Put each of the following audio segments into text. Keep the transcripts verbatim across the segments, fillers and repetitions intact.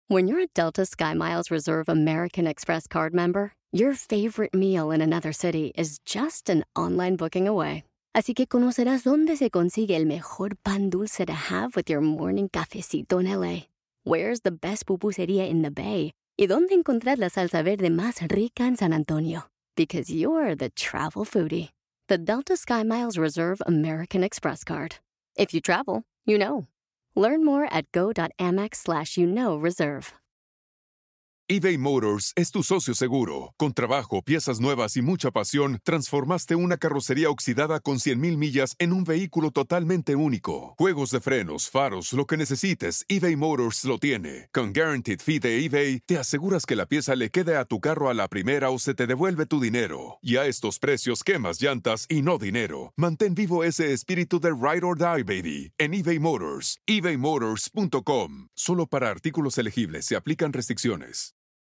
When you're a Delta SkyMiles Reserve American Express card member, your favorite meal in another city is just an online booking away. Así que conocerás dónde se consigue el mejor pan dulce to have with your morning cafecito en L A. Where's the best pupusería in the Bay? Y dónde encontrar la salsa verde más rica en San Antonio. Because you're the travel foodie. The Delta SkyMiles Reserve American Express card. If you travel, you know. Learn more at go.amex slash you know reserve. eBay Motors es tu socio seguro. Con trabajo, piezas nuevas y mucha pasión, transformaste una carrocería oxidada con cien mil millas en un vehículo totalmente único. Juegos de frenos, faros, lo que necesites, eBay Motors lo tiene. Con Guaranteed Fee de eBay, te aseguras que la pieza le quede a tu carro a la primera o se te devuelve tu dinero. Y a estos precios, quemas llantas y no dinero. Mantén vivo ese espíritu de Ride or Die, baby, en eBay Motors. ebay motors punto com. Solo para artículos elegibles se aplican restricciones.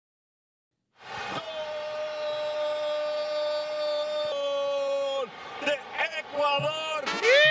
¡De Ecuador!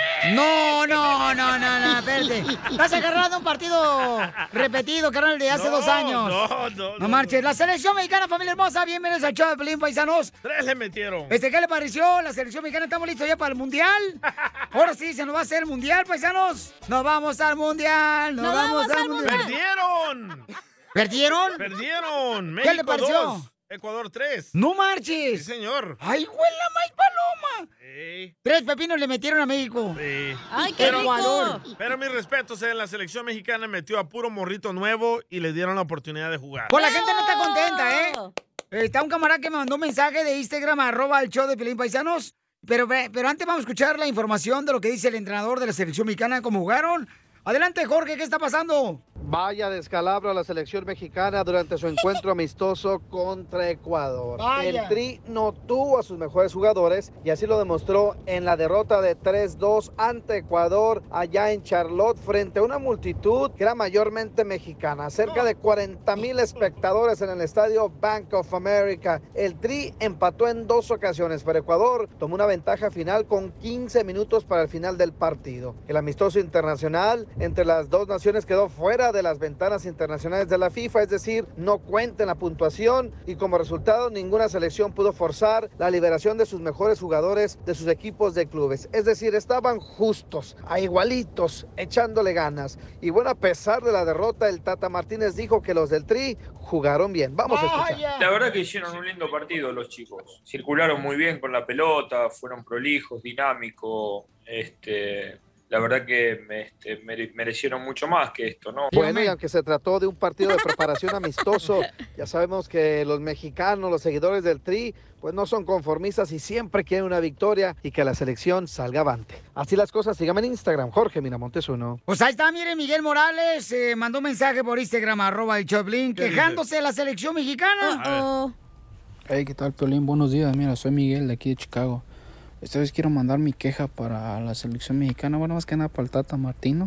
No, no, no, no, no, espérate. Estás agarrando un partido repetido, carnal, de hace No, dos años. no, no, No no, marches. La selección mexicana, familia hermosa, bienvenidos al show de Pelín, paisanos. Tres le metieron. Este, ¿qué le pareció? La selección mexicana, ¿estamos listos ya para el mundial? Ahora sí, se nos va a hacer el mundial, paisanos. Nos vamos al mundial, nos, ¡Nos vamos, vamos al al mundial. ¡Perdieron! ¿Perdieron? ¡Perdieron! ¿Qué le México pareció? dos, Ecuador tres. No marches. Sí, señor. ¡Ay, huela más paloma! Sí. Tres pepinos le metieron a México. Sí. ¡Ay, qué Ecuador. rico! Pero mis respetos, eh, la selección mexicana metió a puro morrito nuevo y le dieron la oportunidad de jugar. Pues la gente no está contenta, ¿eh? Está un camarada que me mandó un mensaje de Instagram, arroba el show de Pelín Paisanos. Pero, pero antes vamos a escuchar la información de lo que dice el entrenador de la selección mexicana, cómo jugaron. Adelante, Jorge, ¿qué está pasando? Vaya descalabro a la selección mexicana durante su encuentro amistoso contra Ecuador. Vaya. El Tri no tuvo a sus mejores jugadores y así lo demostró en la derrota de tres dos ante Ecuador allá en Charlotte frente a una multitud que era mayormente mexicana. Cerca de cuarenta mil espectadores en el estadio Bank of America. El Tri empató en dos ocasiones, pero Ecuador tomó una ventaja final con quince minutos para el final del partido. El amistoso internacional entre las dos naciones quedó fuera de las ventanas internacionales de la FIFA, es decir, no cuenta en la puntuación y como resultado ninguna selección pudo forzar la liberación de sus mejores jugadores de sus equipos de clubes. Es decir, estaban justos, a igualitos, echándole ganas. Y bueno, a pesar de la derrota, el Tata Martínez dijo que los del Tri jugaron bien. Vamos a escuchar. La verdad que hicieron un lindo partido los chicos. Circularon muy bien con la pelota, fueron prolijos, dinámicos, este... La verdad que me, este, merecieron mucho más que esto, ¿no? Bueno, y aunque se trató de un partido de preparación amistoso, ya sabemos que los mexicanos, los seguidores del Tri, pues no son conformistas y siempre quieren una victoria y que la selección salga avante. Así las cosas, síganme en Instagram, Jorge Miramontes uno. Pues ahí está, miren, Miguel Morales eh, mandó un mensaje por Instagram, arroba el Choplin, quejándose de la selección mexicana. Oh. Hey, ¿qué tal, Piolín? Buenos días, mira, soy Miguel de aquí de Chicago. Esta vez quiero mandar mi queja para la selección mexicana, bueno, más que nada para el Tata Martino,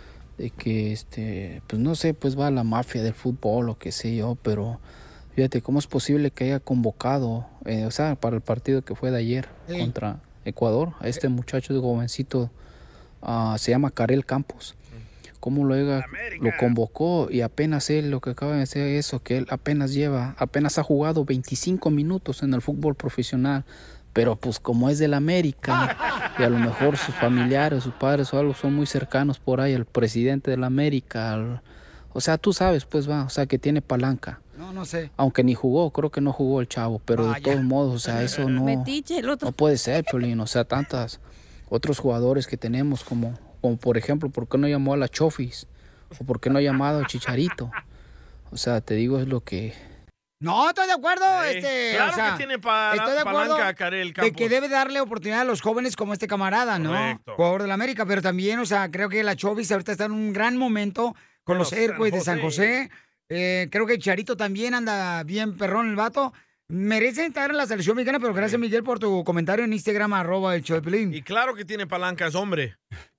de que, este, pues no sé, pues va la mafia del fútbol o qué sé yo, pero fíjate, ¿cómo es posible que haya convocado, eh, o sea, para el partido que fue de ayer sí. contra Ecuador, a este muchacho de jovencito, uh, se llama Karel Campos? ¿Cómo lo, haya, lo convocó? Y apenas él, lo que acaba de decir es eso, que él apenas lleva, apenas ha jugado veinticinco minutos en el fútbol profesional. Pero pues como es del América y a lo mejor sus familiares, sus padres o algo son muy cercanos por ahí, el presidente del América, el, o sea, tú sabes, pues va, o sea, que tiene palanca. No, no sé. Aunque ni jugó, creo que no jugó el chavo, pero Vaya. de todos modos, o sea, eso no, Metiche, el otro. no puede ser, Piolín, o sea, tantas otros jugadores que tenemos como, como por ejemplo, ¿por qué no llamó a la Chofis? ¿O por qué no ha llamado al Chicharito? O sea, te digo, es lo que... No, estoy de acuerdo, sí, este, claro o sea, que tiene pa estoy de acuerdo palanca Karel Campos. de que debe darle oportunidad a los jóvenes como este camarada, ¿no? Correcto. Jugador de la América, pero también, o sea, creo que la Chovis ahorita está en un gran momento con Pero los Airways de San José. José. Eh, creo que Charito también anda bien perrón el vato. Merecen estar en la selección mexicana, pero gracias, Miguel, por tu comentario en Instagram, arroba el show de Pelín. Y claro que tiene palanca, es hombre.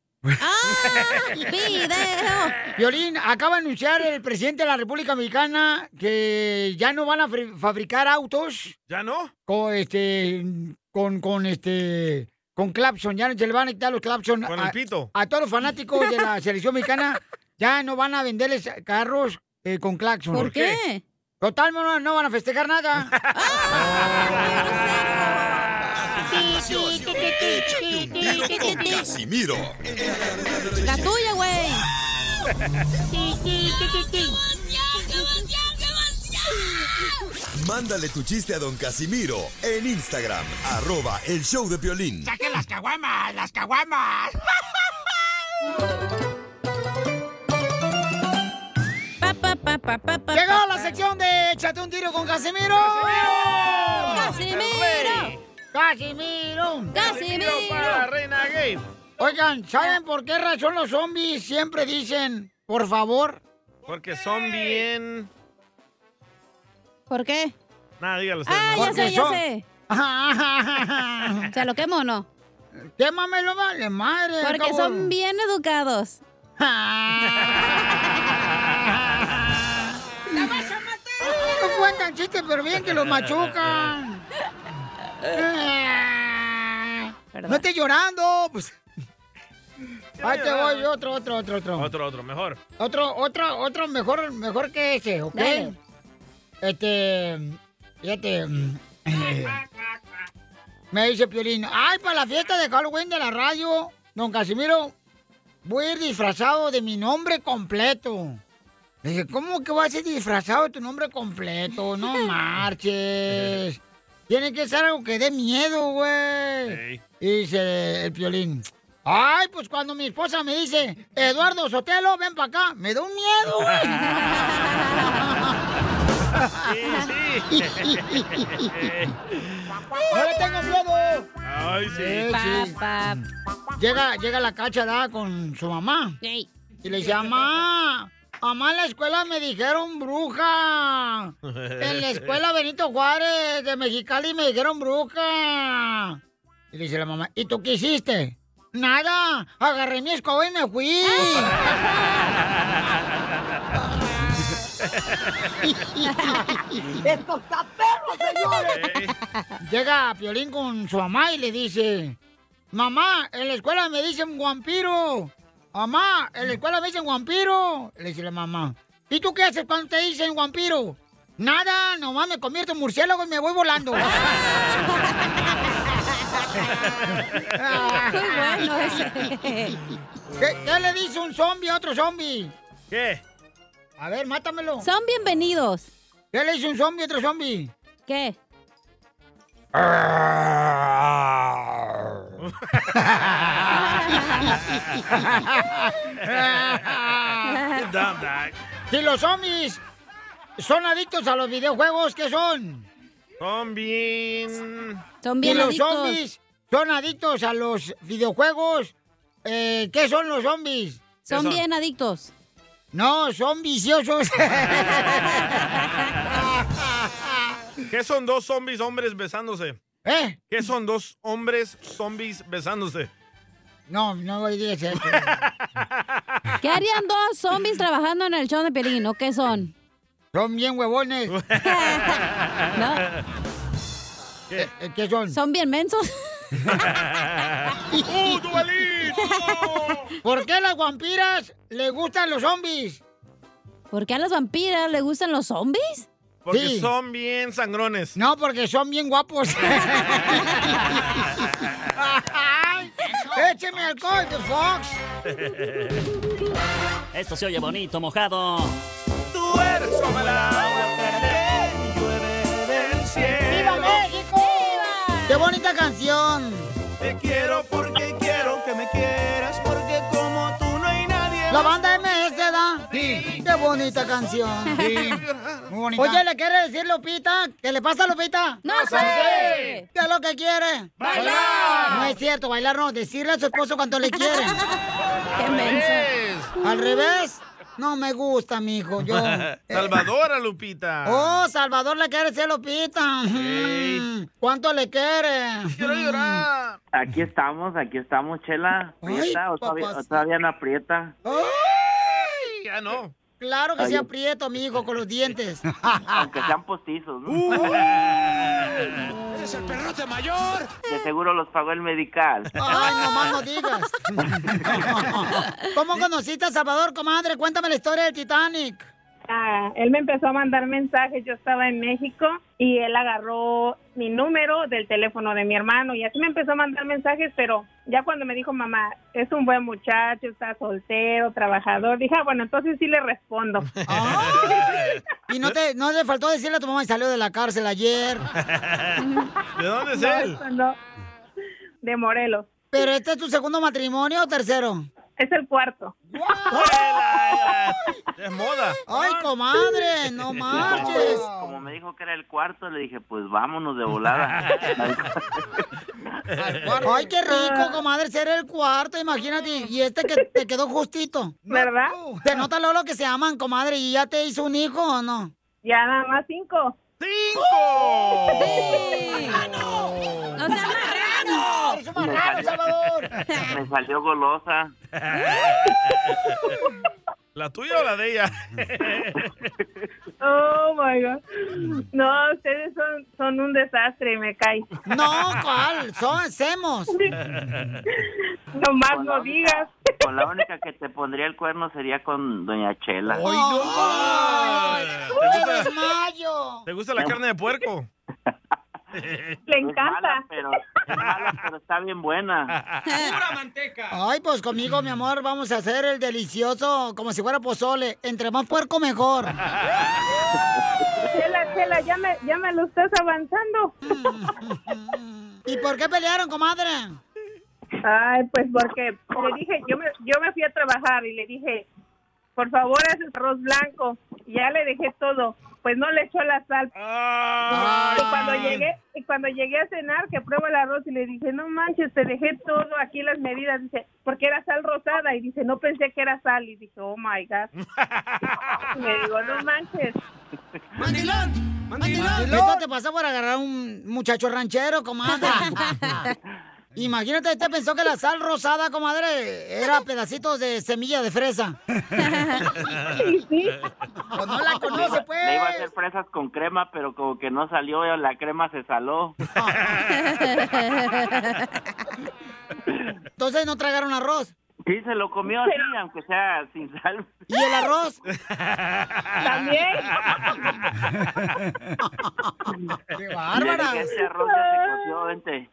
¡Ah! ¡Video! Violín, acaba de anunciar el presidente de la República Mexicana que ya no van a fabricar autos. ¿Ya no? Con este, con, con este, con clapson, ya se le van a quitar los clapson. Con a, el pito. A todos los fanáticos de la selección mexicana, ya no van a venderles carros eh, con claxon. ¿Por qué? Total, no, no van a festejar nada. Échate un tiro con Casimiro. La tuya, güey. Mándale tu chiste a don Casimiro en Instagram, arroba el show de Piolín. ¡Saquen las caguamas, las caguamas! Pa, pa, pa, pa, pa, pa, Llegó pa, la pa. sección de Échate un tiro con Casimiro. ¡Casimiro! ¡Casimiro! ¡Casimiro! Para la reina gay. Oigan, ¿saben por qué razón los zombies siempre dicen, por favor? Porque son bien... ¿Por qué? Nada, dígalo usted. Ah, ya Porque sé, ya son- sé. ¿Se lo quemo o no? Quémamelo, vale, madre. Porque acabo- son bien educados. ¡La vas a matar! No cuentan chistes, pero bien que los machucan. Perdón. No estés llorando, pues. Ahí te voy, otro, otro, otro, otro. Otro, otro, mejor. Otro, otro, otro mejor, mejor que ese, ¿ok? Dale. Este, fíjate. Me dice Piolín, ay, para la fiesta de Halloween de la radio, don Casimiro, voy a ir disfrazado de mi nombre completo. Le dije, ¿cómo que vas a ir disfrazado de tu nombre completo? No marches. Tiene que ser algo que dé miedo, güey. Ey. Y dice el Piolín, ay, pues cuando mi esposa me dice, Eduardo Sotelo, ven para acá, me da un miedo, güey. Sí, sí. ¡No le tengo miedo! Ay, sí. Sí, Pa, sí. pa. Llega, llega la Cacha, ¿da? Con su mamá. Ey. Y le dice, mamá, mamá, en la escuela me dijeron bruja. En la escuela Benito Juárez de Mexicali me dijeron bruja. Y le dice la mamá, ¿y tú qué hiciste? Nada, agarré mi escoba y me fui. ¡Esto está perro, señores! Ey. Llega Piolín con su mamá y le dice, mamá, en la escuela me dicen vampiro. Mamá, en la escuela me dicen vampiro. Le dice la mamá, ¿y tú qué haces cuando te dicen vampiro? Nada, nomás me convierto en murciélago y me voy volando. Muy bueno ese. ¿Qué, qué le dice un zombie a otro zombie? ¿Qué? A ver, mátamelo. Son bienvenidos. ¿Qué le dice un zombie a otro zombie? ¿Qué? Dumb dog. Si los zombies son adictos a los videojuegos, ¿qué son? Son bien... Son Si bien los adictos. zombies son adictos a los videojuegos, eh, ¿qué son los zombies? Son son? bien adictos. No, son viciosos. ¿Qué son dos zombies hombres besándose? ¿Eh? ¿Qué son dos hombres zombies besándose? No, no digas eso. ¿Qué harían dos zombies trabajando en el show de Piolín? ¿O qué son? Son bien huevones. ¿No? ¿Qué? Eh, ¿Qué son? ¿Son bien mensos? ¡Uh, Duvalito! ¿Por qué las vampiras les gustan los zombies? ¿Por qué a las vampiras les gustan los zombies? Porque Sí. son bien sangrones. No, porque son bien guapos. Ay, ¡écheme alcohol de Fox! Esto se oye bonito, mojado. Tú eres como el agua que llueve del cielo. ¡Viva México! ¡Qué bonita canción! Te quiero porque quiero que me quieras, porque como tú no hay nadie. La banda M S, ¿da? Sí. ¡Qué bonita canción! Sí. Muy bonita. Oye, ¿le quiere decir Lupita? ¿Qué le pasa a Lupita? ¡No sé! ¿Qué es lo que quiere? ¡Bailar! No es cierto, bailar no. Decirle a su esposo cuánto le quiere. ¡Qué menso! ¿Al revés? No me gusta, mijo. Yo... Salvadora, Lupita. Oh, Salvador le quiere decir a Lupita. Sí. ¿Cuánto le quiere? Quiero llorar. Aquí estamos, aquí estamos, Chela. Ay, ¿Aprieta o todavía, papacito. o todavía no aprieta? ¡Ay! Ya no. Claro que Ay. se aprieto, mijo, con los dientes. Aunque sean postizos, ¿no? Uh. ¡Eres el perrote mayor! De seguro los pagó el medical. Ay, nomás no digas. ¿Cómo conociste a Salvador, comadre? Cuéntame la historia del Titanic. ah, él me empezó a mandar mensajes, yo estaba en México y él agarró mi número del teléfono de mi hermano y así me empezó a mandar mensajes, pero ya cuando me dijo, mamá, es un buen muchacho, está soltero, trabajador, dije, ah, bueno, entonces sí le respondo. Y no te no le faltó decirle a tu mamá que salió de la cárcel ayer. ¿De dónde es No, él? eso no. De Morelos. ¿Pero este es tu segundo matrimonio o tercero? Es el cuarto. Es moda. Ay, comadre, no marches. Como me dijo que era el cuarto, le dije, pues vámonos de volada. Ay, qué rico, comadre, ser el cuarto, imagínate. Y este que te quedó justito. ¿Verdad? Se nota luego lo que se aman, comadre. ¿Y ya te hizo un hijo o no? Ya nada más cinco. ¡Cinco! Sí. ¡No seas marrano! ¡Eres un marrano, Salvador! Me salió golosa. ¿La tuya o la de ella? Oh, my God. No, ustedes son, son un desastre, me cae. No, ¿cuál? Son, hacemos. No más Con la no única- digas. Con la única que te pondría el cuerno sería con doña Chela. ¡Ay, no! ¡Ay! ¿Te ¡Me gusta, desmayo! ¿Te gusta la carne de puerco? Le Es encanta. mala, pero, es mala, pero está bien buena. ¡Pura manteca! Ay, pues conmigo, mi amor, vamos a hacer el delicioso como si fuera pozole. Entre más puerco, mejor. Chela, Chela, ya me, ya me lo estás avanzando. ¿Y por qué pelearon, comadre? Ay, pues porque le dije, yo me, yo me fui a trabajar y le dije, por favor, haz el arroz blanco. Y ya le dejé todo. Pues no le echó la sal. Ay. Y cuando llegué, y cuando llegué a cenar, que pruebo el arroz y le dije, no manches, te dejé todo aquí las medidas. Dice, porque era sal rosada. Y dice, no pensé que era sal. Y dije, oh my God. Y me digo, no manches. ¡Mandilón! Y ¡Mandilón! esto te pasó por agarrar a un muchacho ranchero, comadre. Imagínate, este pensó que la sal rosada, comadre, era pedacitos de semilla de fresa. Sí, sí. Pues no la conoce, pues. Le iba a hacer fresas con crema, pero como que no salió, la crema se saló. Entonces no tragaron arroz. Sí, se lo comió así, aunque sea sin sal. ¿Y el arroz? También. ¡Qué Le bárbara! dije, este arroz ya se coció, vente.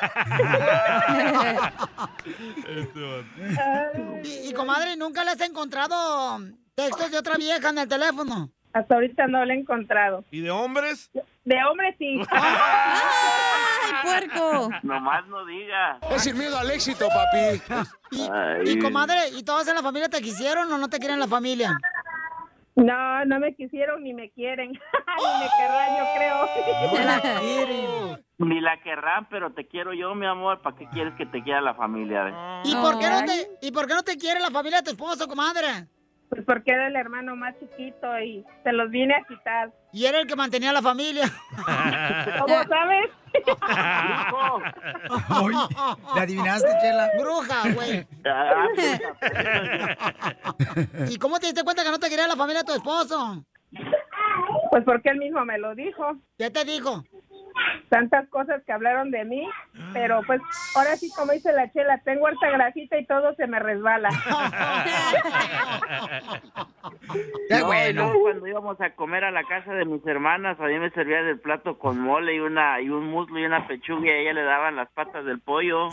Y, y, comadre, ¿nunca le has encontrado textos de otra vieja en el teléfono? Hasta ahorita no lo he encontrado. ¿Y de hombres? De hombre sí. ¡Ay, puerco! Nomás no diga. Es sin miedo al éxito, papi. Y, Ay. y, comadre, ¿y todos en la familia te quisieron o no te quieren la familia? No, no me quisieron ni me quieren. Ni me querrán, yo creo. No la quieren. Ni la querrán, pero te quiero yo, mi amor. ¿Para qué quieres que te quiera la familia? ve? ¿Y por qué no te, y por qué no te quiere la familia de tu esposo, comadre? Pues porque era el hermano más chiquito y se los vine a quitar. Y era el que mantenía a la familia. ¿Cómo sabes? Ay, ¿le adivinaste, Chela? Bruja, güey. ¿Y cómo te diste cuenta que no te quería la familia de tu esposo? Pues porque él mismo me lo dijo. ¿Qué te dijo? Tantas cosas que hablaron de mí, pero pues ahora sí, como dice la Chela, tengo harta grasita y todo se me resbala. Qué No, bueno. y luego cuando íbamos a comer a la casa de mis hermanas, a mí me servían el plato con mole y una y un muslo y una pechuga y a ella le daban las patas del pollo.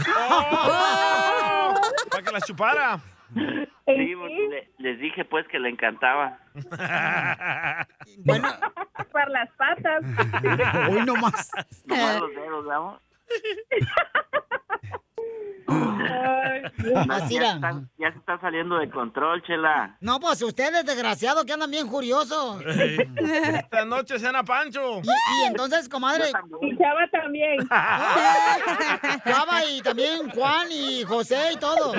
¿Para que las chupara? Sí, porque le- les dije pues que le encantaba. Bueno, Para las patas. hoy nomás. Nomás los dedos, ¿vamos? Ay, Así ya, era. está- ya se está saliendo de control, Chela. No, pues ustedes, desgraciados, que andan bien curiosos. Esta noche cena Pancho. Y, y entonces, comadre, y Chava también. Chava y también Juan y José y todos.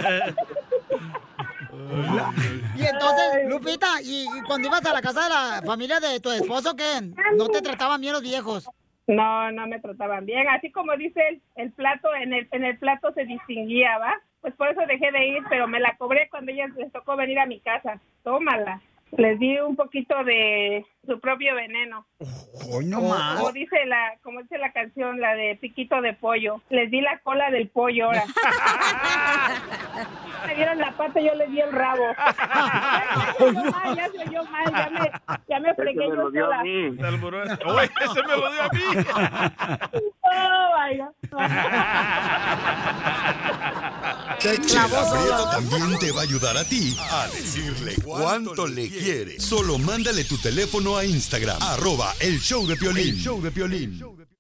Y entonces, Lupita, y, y cuando ibas a la casa de la familia de tu esposo, ¿qué? ¿No te trataban bien los viejos? No, no me trataban bien. Así como dice él, el plato, en el, en el plato se distinguía, ¿va? Pues por eso dejé de ir, pero me la cobré cuando ella les tocó venir a mi casa. Tómala. Les di un poquito de su propio veneno. Hoy no O- más. Como dice la, como dice la canción, la de piquito de pollo. Les di la cola del pollo ahora. Me dieron la pata, yo les di el rabo. Ya se oyó mal, ya se oyó mal, ya me, ya me fregué Ese me yo lo dio a sola. mí. Se alboró ese. Oye, ese me lo dio a mí. Oh, vaya. Chela Prieto también te va a ayudar a ti a decirle cuánto le quiere. Solo mándale tu teléfono a Instagram, arroba el show de Piolín. El show de Piolín.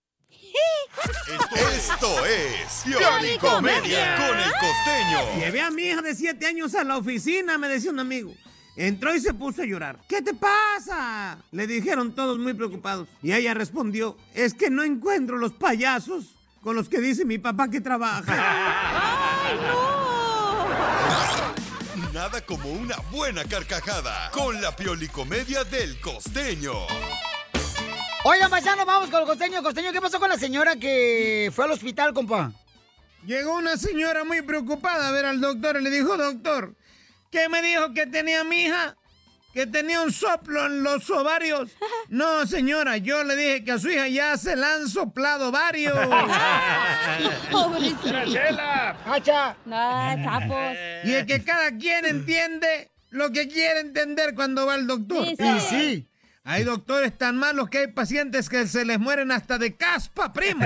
Esto es Piolicomedia con el Costeño. Llevé a mi hija de siete años a la oficina, me decía un amigo. Entró y se puso a llorar. ¿Qué te pasa? Le dijeron todos muy preocupados. Y ella respondió, es que no encuentro los payasos con los que dice mi papá que trabaja. ¡Ay, no! Nada como una buena carcajada con la Piolicomedia del Costeño. Oigan, paisanos, vamos con el costeño. Costeño, ¿qué pasó con la señora que fue al hospital, compa? Llegó una señora muy preocupada a ver al doctor y le dijo, doctor, ¿qué me dijo que tenía mi hija? ¿Que tenía un soplo en los ovarios? No, señora, yo le dije que a su hija ya se le han soplado varios. Pobrecita. ¡Chela! ¡Hacha! Ay, sapos. Y es que cada quien entiende lo que quiere entender cuando va al doctor. Sí, Sí, sí. Hay doctores tan malos que hay pacientes que se les mueren hasta de caspa, primo.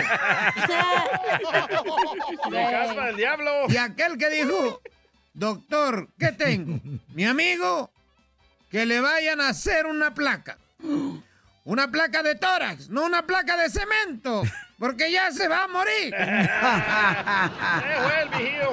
¡De caspa del diablo! Y aquel que dijo, doctor, ¿qué tengo? Mi amigo, que le vayan a hacer una placa. Una placa de tórax, no una placa de cemento, porque ya se va a morir. ¡Eh, fue el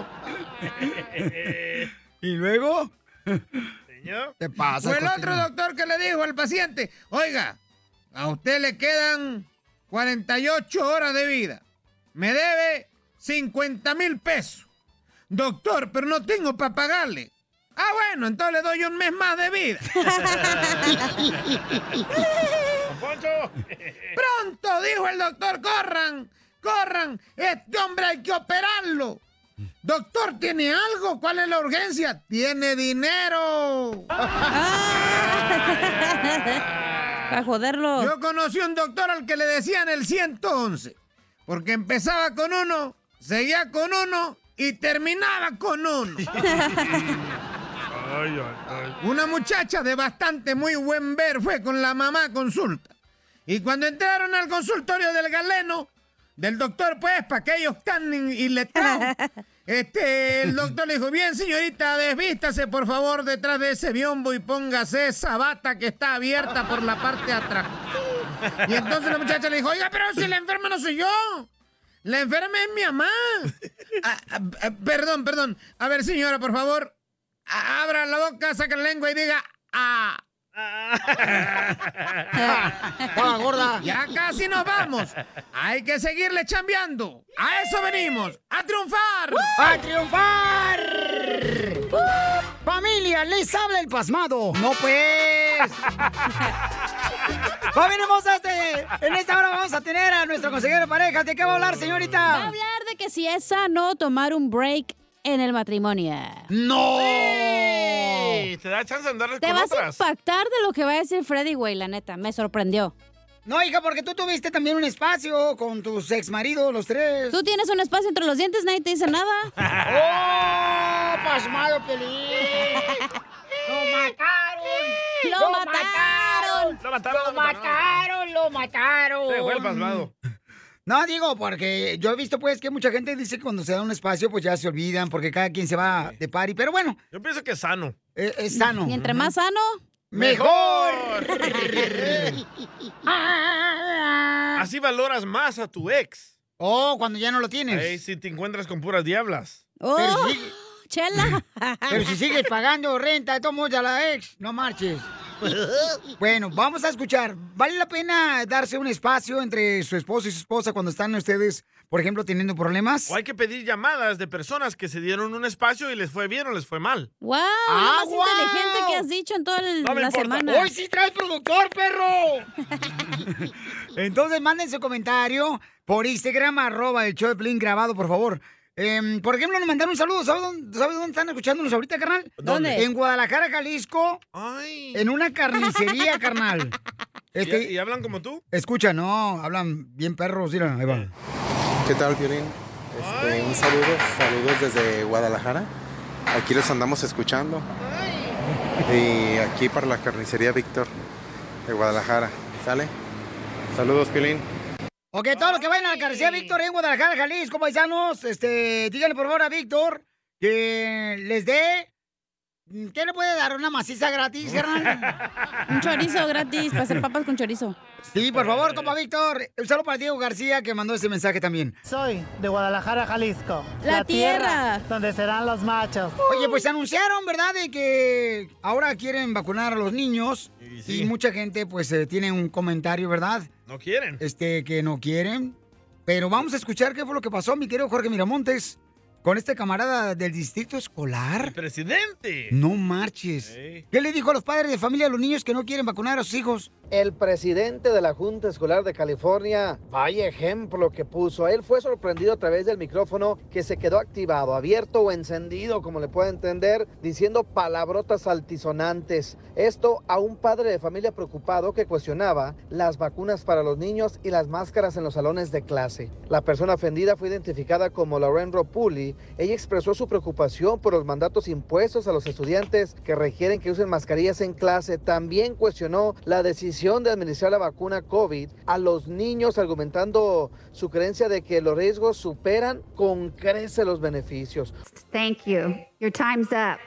vigío! ¿Y luego? Señor. ¿Qué pasa? Fue el costeño? otro doctor que le dijo al paciente, oiga, a usted le quedan cuarenta y ocho horas de vida. Me debe cincuenta mil pesos. Doctor, pero no tengo para pagarle. Ah, bueno, entonces le doy un mes más de vida. ¡Don Poncho! Pronto, dijo el doctor, corran, corran, este hombre hay que operarlo. Doctor, ¿tiene algo? ¿Cuál es la urgencia? ¡Tiene dinero! Para joderlo. Yo conocí un doctor al que le decían el ciento once, porque empezaba con uno, seguía con uno y terminaba con uno. Ay, ay, ay. Una muchacha de bastante muy buen ver fue con la mamá a consulta. Y cuando entraron al consultorio del galeno, del doctor, pues, para que ellos están iletrados, este, el doctor le dijo, bien, señorita, desvístase, por favor, detrás de ese biombo y póngase esa bata que está abierta por la parte de atrás. Y entonces la muchacha le dijo, oiga, pero si la enferma no soy yo. La enferma es mi mamá. Ah, ah, ah, perdón, perdón. A ver, señora, por favor, a- abra la boca, saca la lengua y diga, ah. Estaba gorda. Ya casi nos vamos. Hay que seguirle chambeando. A eso venimos. ¡A triunfar! ¡A triunfar! ¡Familia, les habla el pasmado! ¡No, pues! ¡Familia hermosa! Este, en esta hora vamos a tener a nuestro consejero de parejas. ¿De qué va a hablar, señorita? Va a hablar de que si es sano tomar un break en el matrimonio. ¡No! Sí, te da chance de andar Te con vas otras. a impactar de lo que va a decir Freddy, güey, la neta. Me sorprendió. No, hija, porque tú tuviste también un espacio con tus exmaridos, los tres. Tú tienes un espacio entre los dientes, nadie te dice nada. ¡Oh! ¡Pasmado, Pelín! ¡Lo mataron! ¡Lo ¡Lo Lo mataron! mataron, ¡Lo lo mataron. mataron! ¡Lo mataron! Sí, fue el pasmado. No, digo, porque yo he visto, pues, que mucha gente dice que cuando se da un espacio, pues ya se olvidan, porque cada quien se va de party. Pero bueno, Yo pienso que es sano. eh, es sano. Y entre más sano, ¡Mejor! Así valoras más a tu ex. Oh, cuando ya no lo tienes. Ey, si te encuentras con puras diablas. ¡oh! Pero sí- ¡Chela! Pero si sigues pagando renta, de todos modos a la ex, no marches. Bueno, vamos a escuchar. ¿Vale la pena darse un espacio entre su esposo y su esposa cuando están ustedes, por ejemplo, teniendo problemas? O hay que pedir llamadas de personas que se dieron un espacio y les fue bien o les fue mal. ¡Wow! Ah, lo más guau. inteligente que has dicho en toda el- No me la importa. semana. ¡Hoy sí traes productor, perro! Entonces, manden su comentario por Instagram, arroba el show de Pelín grabado, por favor. Eh, por ejemplo, nos mandaron un saludo. ¿Sabes dónde, ¿Sabes dónde están escuchándonos ahorita, carnal? ¿Dónde? En Guadalajara, Jalisco. Ay. En una carnicería, carnal. Este, ¿Y, ¿Y hablan como tú? Escucha, no, hablan bien perros, mira, ahí va. ¿Qué tal, Piolín? Este, un saludo, saludos desde Guadalajara. Aquí los andamos escuchando. Y aquí para la carnicería Víctor de Guadalajara. ¿Sale? Saludos, Piolín. Ok, todos los que vayan a la carnicería Víctor en Guadalajara, Jalisco, paisanos, este, díganle por favor a Víctor que les dé... ¿Qué le puede dar? ¿Una maciza gratis, carnal? Un chorizo gratis para hacer papas con chorizo. Sí, por favor, compa Víctor. Un saludo para Diego García, que mandó ese mensaje también. Soy de Guadalajara, Jalisco. La, la tierra. tierra donde serán los machos. Oye, pues anunciaron, ¿verdad?, de que ahora quieren vacunar a los niños. Sí, sí. Y mucha gente, pues, eh, tiene un comentario, ¿verdad? No quieren. Este, que no quieren. Pero vamos a escuchar qué fue lo que pasó, mi querido Jorge Miramontes, con este camarada del distrito escolar. ¡El presidente! No marches. Sí. ¿Qué le dijo a los padres de familia a los niños que no quieren vacunar a sus hijos? El presidente de la Junta Escolar de California, vaya ejemplo que puso. Él fue sorprendido a través del micrófono que se quedó activado, abierto o encendido, como le puede entender, diciendo palabrotas altisonantes. Esto a un padre de familia preocupado que cuestionaba las vacunas para los niños y las máscaras en los salones de clase. La persona ofendida fue identificada como Lauren Ropuli. Ella expresó su preocupación por los mandatos impuestos a los estudiantes que requieren que usen mascarillas en clase. También cuestionó la decisión de administrar la vacuna COVID a los niños, argumentando su creencia de que los riesgos superan con creces los beneficios. Thank you. Your time's up.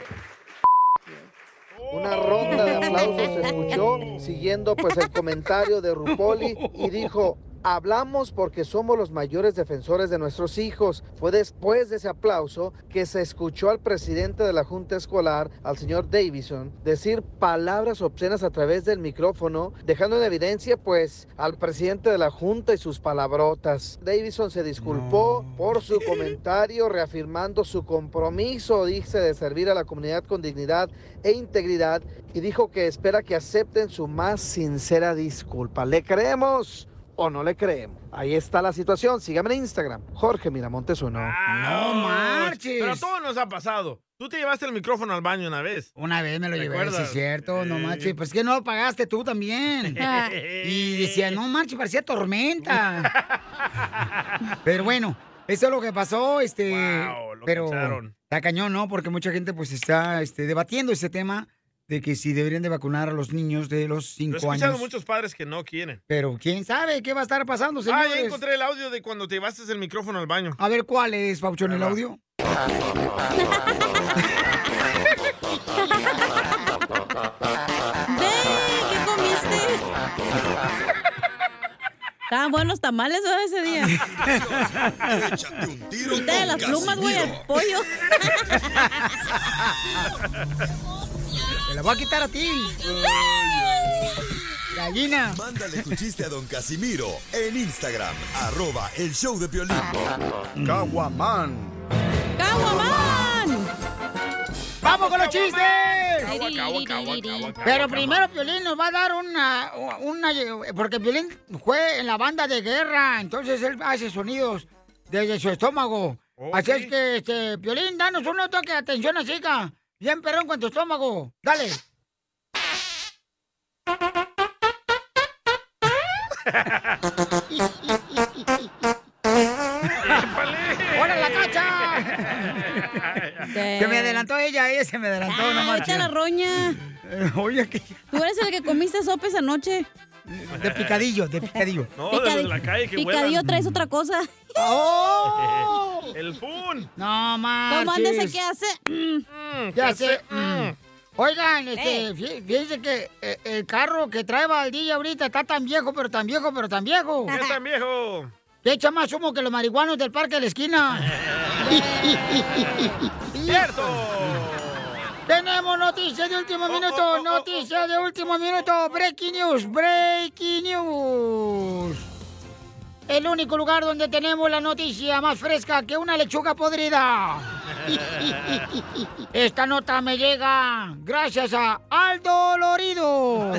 Una ronda de aplausos se escuchó siguiendo pues el comentario de Rupoli y dijo: hablamos porque somos los mayores defensores de nuestros hijos. Fue después de ese aplauso que se escuchó al presidente de la Junta Escolar, al señor Davison, decir palabras obscenas a través del micrófono, dejando en evidencia pues al presidente de la Junta y sus palabrotas. Davison se disculpó no. por su comentario, reafirmando su compromiso, dice, de servir a la comunidad con dignidad e integridad, y dijo que espera que acepten su más sincera disculpa. ¿Le creemos o no le creemos? Ahí está la situación. Sígame en Instagram, Jorge Miramontes uno. No marches. Pero todo nos ha pasado. Tú te llevaste el micrófono al baño una vez. Una vez me lo llevé, sí es cierto, no marches. Pues es que no lo pagaste tú también. Y decía, no marches, parecía tormenta. Pero bueno, eso es lo que pasó, este. Wow, lo pero cacharon. Está cañón, ¿no? Porque mucha gente pues está este, debatiendo ese tema de que si deberían de vacunar a los niños de los cinco años. He escuchado muchos padres que no quieren. Pero quién sabe qué va a estar pasando, señores. Ah, ya encontré el audio de cuando te llevaste el micrófono al baño. A ver, ¿cuál es, Pauchón, el audio? ¿Qué comiste? Estaban buenos tamales, ¿verdad, ese día? Échate un tiro Quita de con las plumas, güey, el Casimiro. pollo. Te la voy a quitar a ti. Gallina. Mándale tu chiste a don Casimiro en Instagram, arroba el show de Piolín. Caguamán. ¡Caguamán! ¡Vamos con los chistes! Cagua, cagua, cagua, cagua, Pero cagua, primero Piolín nos va a dar una, una... Porque Piolín fue en la banda de guerra, entonces él hace sonidos desde su estómago. Oh, así sí. es que, este, Piolín, danos un toque de atención a chica. Bien perrón con tu estómago. Dale. ¡Hola, la cacha! Se me adelantó ella, ella se me adelantó, Ah, no ahí marches. está la roña. Eh, Oye, que... Tú eres el que comiste sopes anoche. De picadillo, de picadillo. No, desde la calle que Picadillo huelan. traes otra cosa. ¡Oh! El fun. No marches. ¿Cómo andas? ¿Qué hace? Mm. Mm, Ya ¿qué sé. hace? Mm. Oigan, este, Eh. fí- fíjense que eh, el carro que trae Valdilla ahorita está tan viejo, pero tan viejo, pero tan viejo. ¿Qué tan viejo? Que echa más humo que los marihuanos del parque de la esquina. ¡Cierto! Tenemos noticias de último minuto, oh, oh, noticias de último minuto, breaking news, breaking news. El único lugar donde tenemos la noticia más fresca que una lechuga podrida. Esta nota me llega gracias a Aldo Lorido.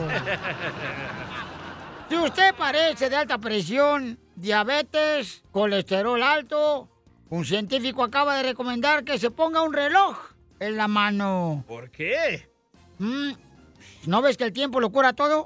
Si usted padece de alta presión, diabetes, colesterol alto, Un científico acaba de recomendar que se ponga un reloj en la mano. ¿Por qué? Mm, ¿No ves que el tiempo lo cura todo?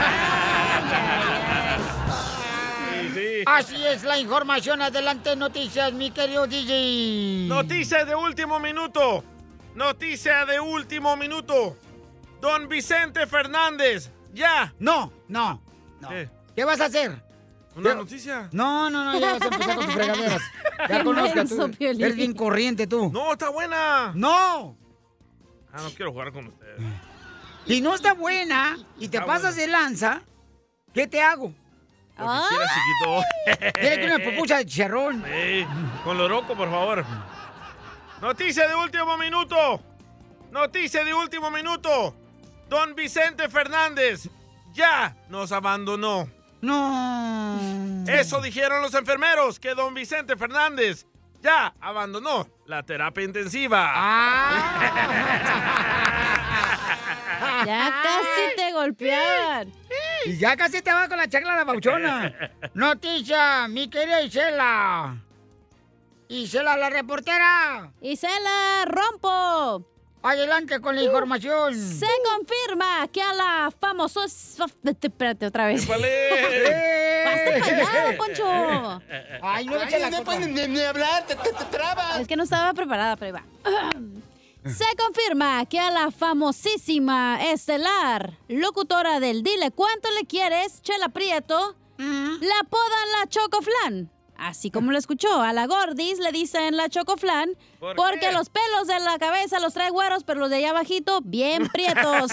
Sí, sí. Así es la información. Adelante, noticias, mi querido D J. Noticias de último minuto. Noticia de último minuto. Don Vicente Fernández, ya. No, no, no. ¿Qué? ¿Qué vas a hacer? ¿Una ¿Qué? noticia? No, no, no, ya vas a empezar con tus fregaderas. Ya conozca tú. Eres bien corriente tú. No, está buena. No. Ah, no quiero jugar con ustedes. Si no está buena y te Está pasas buena. de lanza, ¿qué te hago? Lo que quieras, chiquito. Tienes una pupucha de chicharrón. Sí, con loroco, por favor. Noticia de último minuto. Noticia de último minuto. Don Vicente Fernández ya nos abandonó. No. Eso dijeron los enfermeros, que don Vicente Fernández ya abandonó la terapia intensiva. Ya casi te golpeaban. Y ya casi te va con la chacla la bauchona. Noticia, mi querida Isela. Isela, la reportera. Isela, rompo. Adelante con la información. Se confirma que a la famosa... Espérate, otra vez. ¡Épale! ¡Basta callado, Poncho! Ay, no, Ay, no pueden ni, ni hablar, te, te, te trabas. Es que no estaba preparada, pero ahí va. Se confirma que a la famosísima estelar locutora del Dile Cuánto Le Quieres, Chela Prieto, mm. la apodan la Chocoflan. Así como lo escuchó, a la Gordis le dicen la Chocoflan ¿Por porque qué? Los pelos de la cabeza los trae güeros, pero los de allá abajito, bien prietos.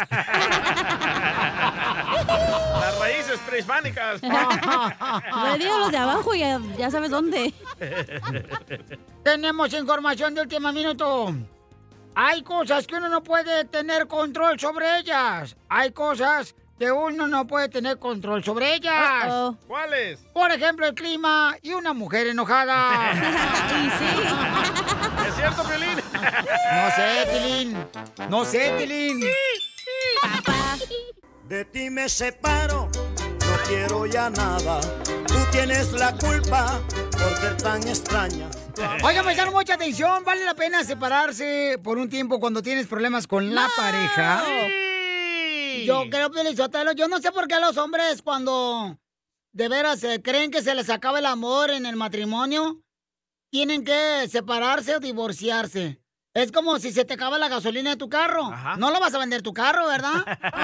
Las raíces prehispánicas. Le digo los de abajo y ya, ya sabes dónde. Tenemos información de último minuto. Hay cosas que uno no puede tener control sobre ellas. Hay cosas que uno no puede tener control sobre ellas. Uh-oh. ¿Cuáles? Por ejemplo, el clima y una mujer enojada. Y sí. ¿Es cierto, Piolín? No sé, Pilín. No sé, Pilín. Papá. De ti me separo, no quiero ya nada. Tú tienes la culpa por ser tan extraña. Oigan, me dan mucha atención. ¿Vale la pena separarse por un tiempo cuando tienes problemas con la no. pareja? Yo creo, Pelizotelo, yo no sé por qué los hombres cuando de veras eh, creen que se les acaba el amor en el matrimonio, tienen que separarse o divorciarse. Es como si se te acaba la gasolina de tu carro. Ajá. No lo vas a vender tu carro, ¿verdad?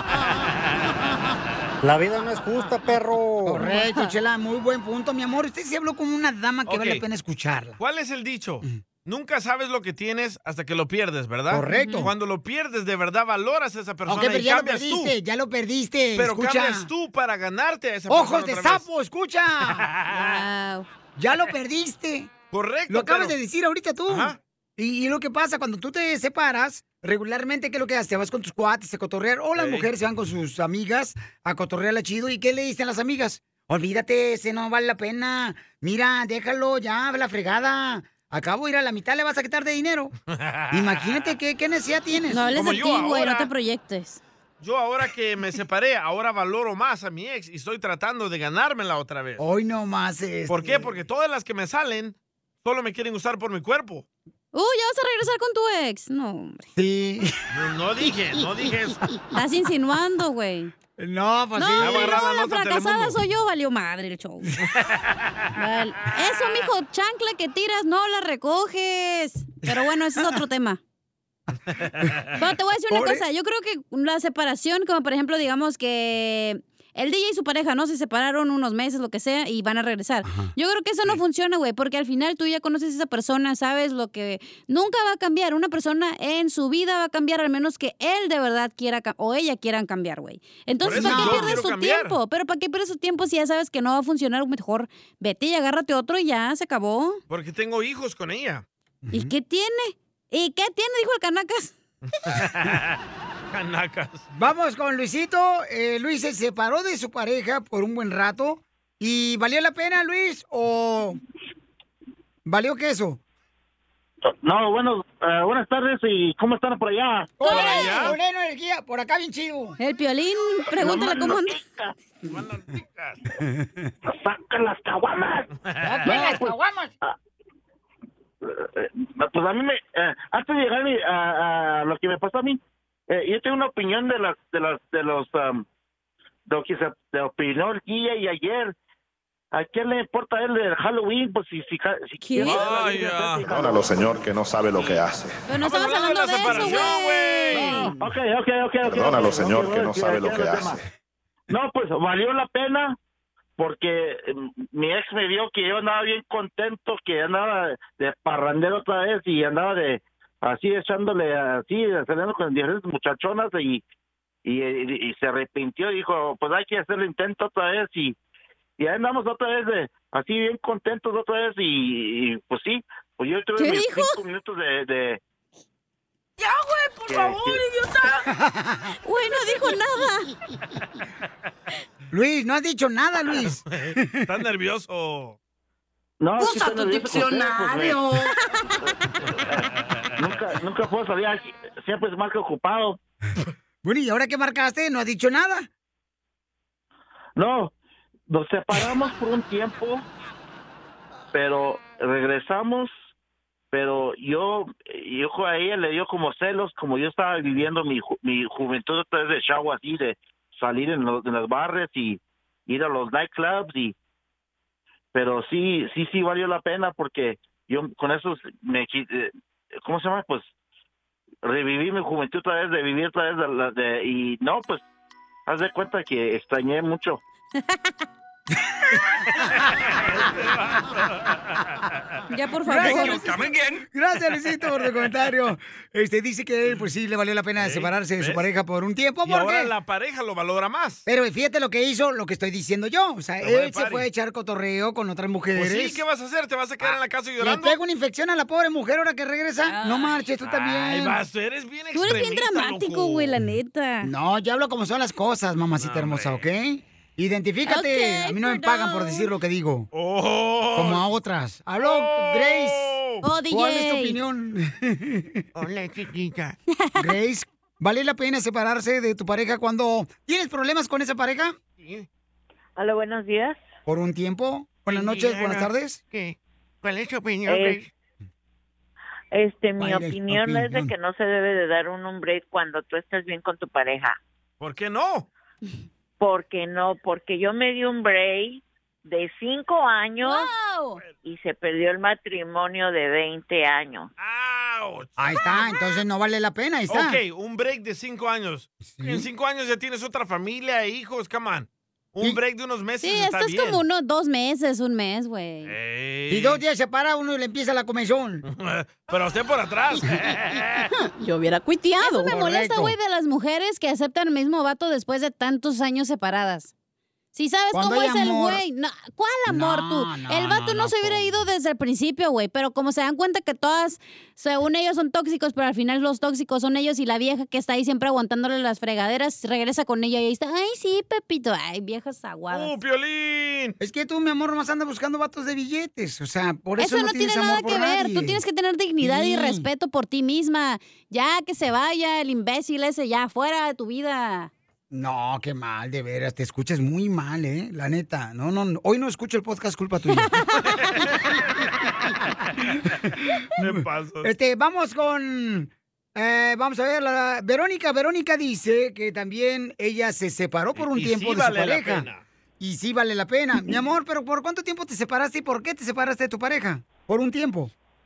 La vida no es justa, perro. Correcto, Chela, muy buen punto, mi amor. Usted se habló con una dama que okay. vale la pena escucharla. ¿Cuál es el dicho? Nunca sabes lo que tienes hasta que lo pierdes, ¿verdad? Correcto. Cuando lo pierdes, de verdad valoras a esa persona okay, pero y ya cambias lo perdiste, tú. Ya lo perdiste, Pero escucha. cambias tú para ganarte a esa persona. ¡Ojos de sapo, vez. escucha! Wow. Ya lo perdiste. Correcto. Lo acabas pero... de decir ahorita tú. Ajá. Y, y lo que pasa, cuando tú te separas, regularmente, ¿qué es lo que haces? Te vas con tus cuates a cotorrear, o las sí. mujeres se van con sus amigas a cotorrear la chido. ¿Y qué le dicen las amigas? Olvídate, ese no vale la pena. Mira, déjalo, ya, la fregada. Acabo de ir a la mitad, le vas a quitar de dinero. Imagínate qué, qué necesidad tienes. No hables de ti, güey, no te proyectes. Yo ahora que me separé, ahora valoro más a mi ex y estoy tratando de ganármela otra vez. Hoy no más este. ¿Por qué? Porque todas las que me salen solo me quieren usar por mi cuerpo. Uh, ¿ya vas a regresar con tu ex? No, hombre. Sí. No, no dije, no dije eso. Estás insinuando, güey. No, pues no, sí. No, no, la fracasada soy yo, valió madre el show. Vale. Eso, mijo, chancla que tiras, no la recoges. Pero bueno, ese es otro tema. Pero te voy a decir una ¿Pobre? cosa. Yo creo que la separación, como por ejemplo, digamos que el D J y su pareja, ¿no? Se separaron unos meses, lo que sea, y van a regresar. Ajá. Yo creo que eso no funciona, güey, porque al final tú ya conoces a esa persona, sabes lo que... Nunca va a cambiar. Una persona en su vida va a cambiar, al menos que él de verdad quiera, o ella quieran cambiar, güey. Entonces, ¿para qué pierdes su cambiar. tiempo? Pero ¿para qué pierdes su tiempo si ya sabes que no va a funcionar? Mejor vete y agárrate otro y ya, se acabó. Porque tengo hijos con ella. ¿Y uh-huh. qué tiene? ¿Y qué tiene? Dijo el Canacas. Canacas. Vamos con Luisito. Eh, Luis se separó de su pareja por un buen rato. ¿Y valió la pena, Luis? ¿O valió queso? No, bueno, uh, buenas tardes. ¿Y cómo están por allá? Por allá. Con energía, por acá bien chido. El Piolín, pregúntale cómo anda. ¡Saca las caguamas! ¡Saca las caguamas! pues a mí me, eh, antes de llegar a, a lo que me pasó a mí, eh, yo tengo una opinión de las, de las, de los, um, de lo que se de opinó el día y ayer. ¿A quién le importa a él el Halloween? Pues si, si, si quiere. Perdónalo, señor, que no sabe lo que hace. Pero no estamos hablando de eso, güey. Ok, ok, ok, ok. Perdónalo, okay, señor, okay, que no okay, sabe okay, lo que okay, hace. No, pues valió la pena porque eh, mi ex me vio que yo andaba bien contento, que andaba de parrandero otra vez y andaba de así echándole así, saliendo con diferentes muchachonas y, y, y, y se arrepintió y dijo, pues hay que hacer el intento otra vez y y ahí andamos otra vez de así bien contentos otra vez y, y pues sí, pues yo tuve mis dijo? cinco minutos de... de ¡Ya, güey, por que- favor, que- idiota! Güey, no dijo nada. Luis, no has dicho nada, Luis. Estás nervioso. No, sí Usa estoy tu nervioso con ustedes, pues, diccionario. me- nunca, nunca puedo salir aquí, siempre es más que ocupado. Bueno, ¿y ahora qué marcaste? ¿No has dicho nada? No, nos separamos por un tiempo, pero regresamos, pero yo, yo a ella le dio como celos, como yo estaba viviendo mi, ju- mi juventud otra vez de chavo así, de salir en, los, en las barres y ir a los nightclubs y pero sí, sí, sí valió la pena porque yo con eso me, qui- eh, ¿cómo se llama? Pues reviví mi juventud otra vez, de vivir otra vez de, la- de- y no, pues haz de cuenta que extrañé mucho. Ya, por favor. Gracias, Gracias, Luisito, por tu comentario. Este, dice que él, pues sí, le valió la pena separarse de su ¿ves? pareja por un tiempo. Y ¿Por ahora qué? la pareja lo valora más. Pero fíjate lo que hizo, lo que estoy diciendo yo. O sea, Se fue de él se party. fue a echar cotorreo con otras mujeres. Pues sí, ¿qué vas a hacer? ¿Te vas a quedar en la casa Le llorando? pega una infección a la pobre mujer ahora que regresa. No marches, tú también. Ay, vas, eres bien Tú eres bien extremista, dramático, loco. güey, la neta. No, yo hablo como son las cosas, mamacita hermosa, ¿ok? Identifícate. Ok, a mí no me perdón. pagan por decir lo que digo. Oh. Como a otras. Aló, Grace. Oh, ¿Cuál es tu D J. opinión? Hola, chiquita. Grace, ¿vale la pena separarse de tu pareja cuando tienes problemas con esa pareja? Hola, buenos días. ¿Por un tiempo? Buenas noches, buenas tardes. ¿Qué? ¿Cuál es tu opinión, Eh, Grace? Este, mi ¿Cuál es tu opinión es de opinión? que no se debe de dar un, un break cuando tú estés bien con tu pareja. ¿Por qué no? Porque no, porque yo me di un break de cinco años Wow. y se perdió el matrimonio de veinte años. ¡Auch! Ahí está, entonces no vale la pena, ahí está. Ok, un break de cinco años. En cinco años ya tienes otra familia e hijos, come on. Un break de unos meses Sí, está esto es bien. como unos dos meses, un mes, güey. Ey. Y dos días se para uno y le empieza la comezón. Pero usted por atrás. Yo hubiera cuiteado. Eso me molesta, Correcto. güey, de las mujeres que aceptan el mismo vato después de tantos años separadas. Si sabes Cuando cómo hay es el amor- güey. No, ¿cuál amor No, tú? no, el vato no, no, no, se hubiera po. ido desde el principio, güey. Pero como se dan cuenta que todas, según ellos, son tóxicos, pero al final los tóxicos son ellos y la vieja que está ahí siempre aguantándole las fregaderas, regresa con ella y ahí está. Ay, sí, Pepito. Ay, viejas aguadas. ¡Uh, Piolín! Es que tú, mi amor, más andas buscando vatos de billetes. O sea, por eso, Eso no, tiene tienes nada amor que por ver. nadie. Tú tienes que tener dignidad y Sí. respeto por ti misma. Ya que se vaya el imbécil ese, ya fuera de tu vida. No, qué mal, de veras. Te escuchas muy mal, ¿eh? La neta. No, no, no. Hoy no escucho el podcast, culpa tuya. ¿Qué pasa? Este, vamos con... eh, vamos a ver, la, Verónica. Verónica dice que también ella se separó por un Y tiempo sí de vale su la pareja. pena. Y sí vale la pena. Mi amor, pero ¿por cuánto tiempo te separaste y por qué te separaste de tu pareja? Por un tiempo.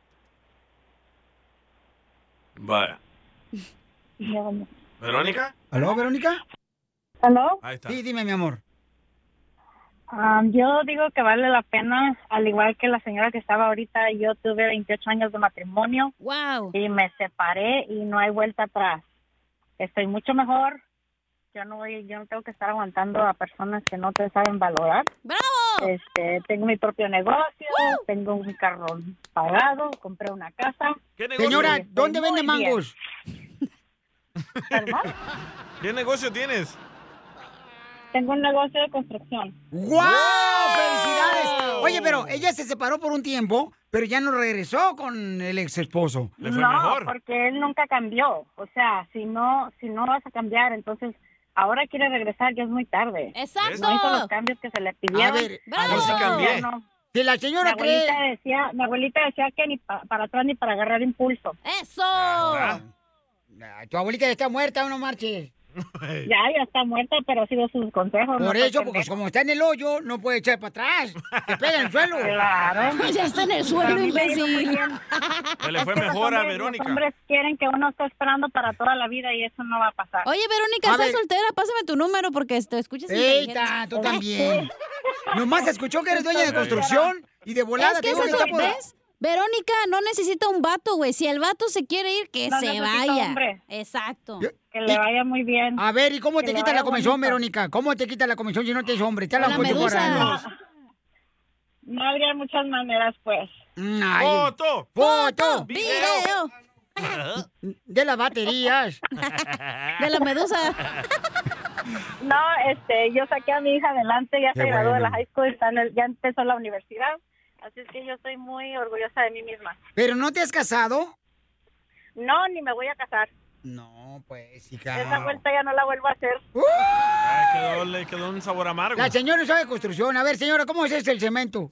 Vaya. ¿Verónica? ¿Aló, Verónica? ¿Aló? Ahí está. Sí, dime, mi amor. Ah, yo digo que vale la pena, al igual que la señora que estaba ahorita. Yo tuve veintiocho años de matrimonio. Wow. Y me separé y no hay vuelta atrás. Estoy mucho mejor. Yo no voy, yo no tengo que estar aguantando a personas que no te saben valorar. ¡Bravo! Este, tengo mi propio negocio, tengo un carro pagado, compré una casa. ¿Qué negocio? Señora, Estoy ¿dónde muy vende bien. mangos? ¿Perdón? ¿Qué negocio tienes? Tengo un negocio de construcción. ¡Guau! ¡Felicidades! Oye, pero ella se separó por un tiempo, pero ya no regresó con el ex esposo. ¿Le fue no, mejor? porque él nunca cambió. O sea, si no, si no vas a cambiar, entonces ahora quiere regresar, ya es muy tarde. Exacto. No hizo los cambios que se le A pidieron. ver, ¡Bravo! Yo sí cambié. Ya no. Si la señora mi abuelita cree... decía, mi abuelita decía que ni pa- para atrás ni para agarrar impulso. ¡Eso! Ah, tu abuelita ya está muerta, no marches. Ya, ya está muerta, pero sigo sus consejos. Por no eso, soy porque pendeja. como está en el hoyo, no puede echar para atrás. Te pega en el suelo. Claro. Ya está en el suelo, A mí me ha ido muy imbécil. bien. Se le fue Es que los mejor a hombres- Verónica. Los hombres quieren que uno esté esperando para toda la vida y eso no va a pasar. Oye, Verónica, A ¿estás ver. soltera? Pásame tu número porque te escuchas Eita, tú también. Nomás escuchó que eres dueña de construcción y de volada Es que te digo eso que es está por... ¿ves? Verónica no necesita un vato, güey. Si el vato se quiere ir, que No se necesita vaya. hombre. Exacto. Que le vaya muy bien. A ver, ¿y cómo Que te le quita vaya la comisión, bonito. Verónica? ¿Cómo te quita la comisión si no te es hombre? Te la La Poncho medusa. Corrales. No habría muchas maneras, pues. Mm, ay. ¡Foto! ¡Foto! ¡Video! De las baterías. De la medusa. No, este, yo saqué a mi hija adelante, ya Qué se graduó de bueno. la high school, está en el- ya empezó la universidad. Así es que yo estoy muy orgullosa de mí misma. ¿Pero no te has casado? No, ni me voy a casar. No, pues, hija. Esa vuelta ya no la vuelvo a hacer. Ay, quedó, le quedó un sabor amargo. La señora sabe de construcción. A ver, señora, ¿cómo es este el cemento?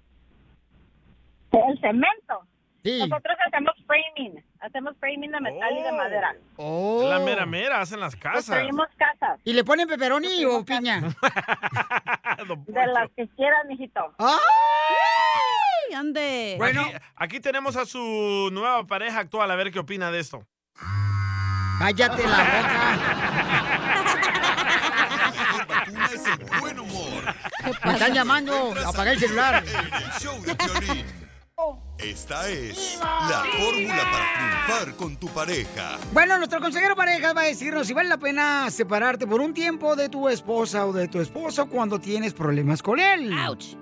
El cemento. Sí. Nosotros hacemos framing. Hacemos framing de metal y de madera. Oh. Es la mera mera, hacen las casas. Construimos casas. ¿Y le ponen pepperoni o piña? De las que quieran, mijito. ¡Ay, ande! Bueno, aquí, aquí tenemos a su nueva pareja actual, a ver qué opina de esto. Cállate la boca. Es el buen humor. Me están llamando. Apaga el celular. En el show de Piolín. Esta es la fórmula para triunfar con tu pareja. Bueno, nuestro consejero pareja va a decirnos si vale la pena separarte por un tiempo de tu esposa o de tu esposo cuando tienes problemas con él. ¡Auch!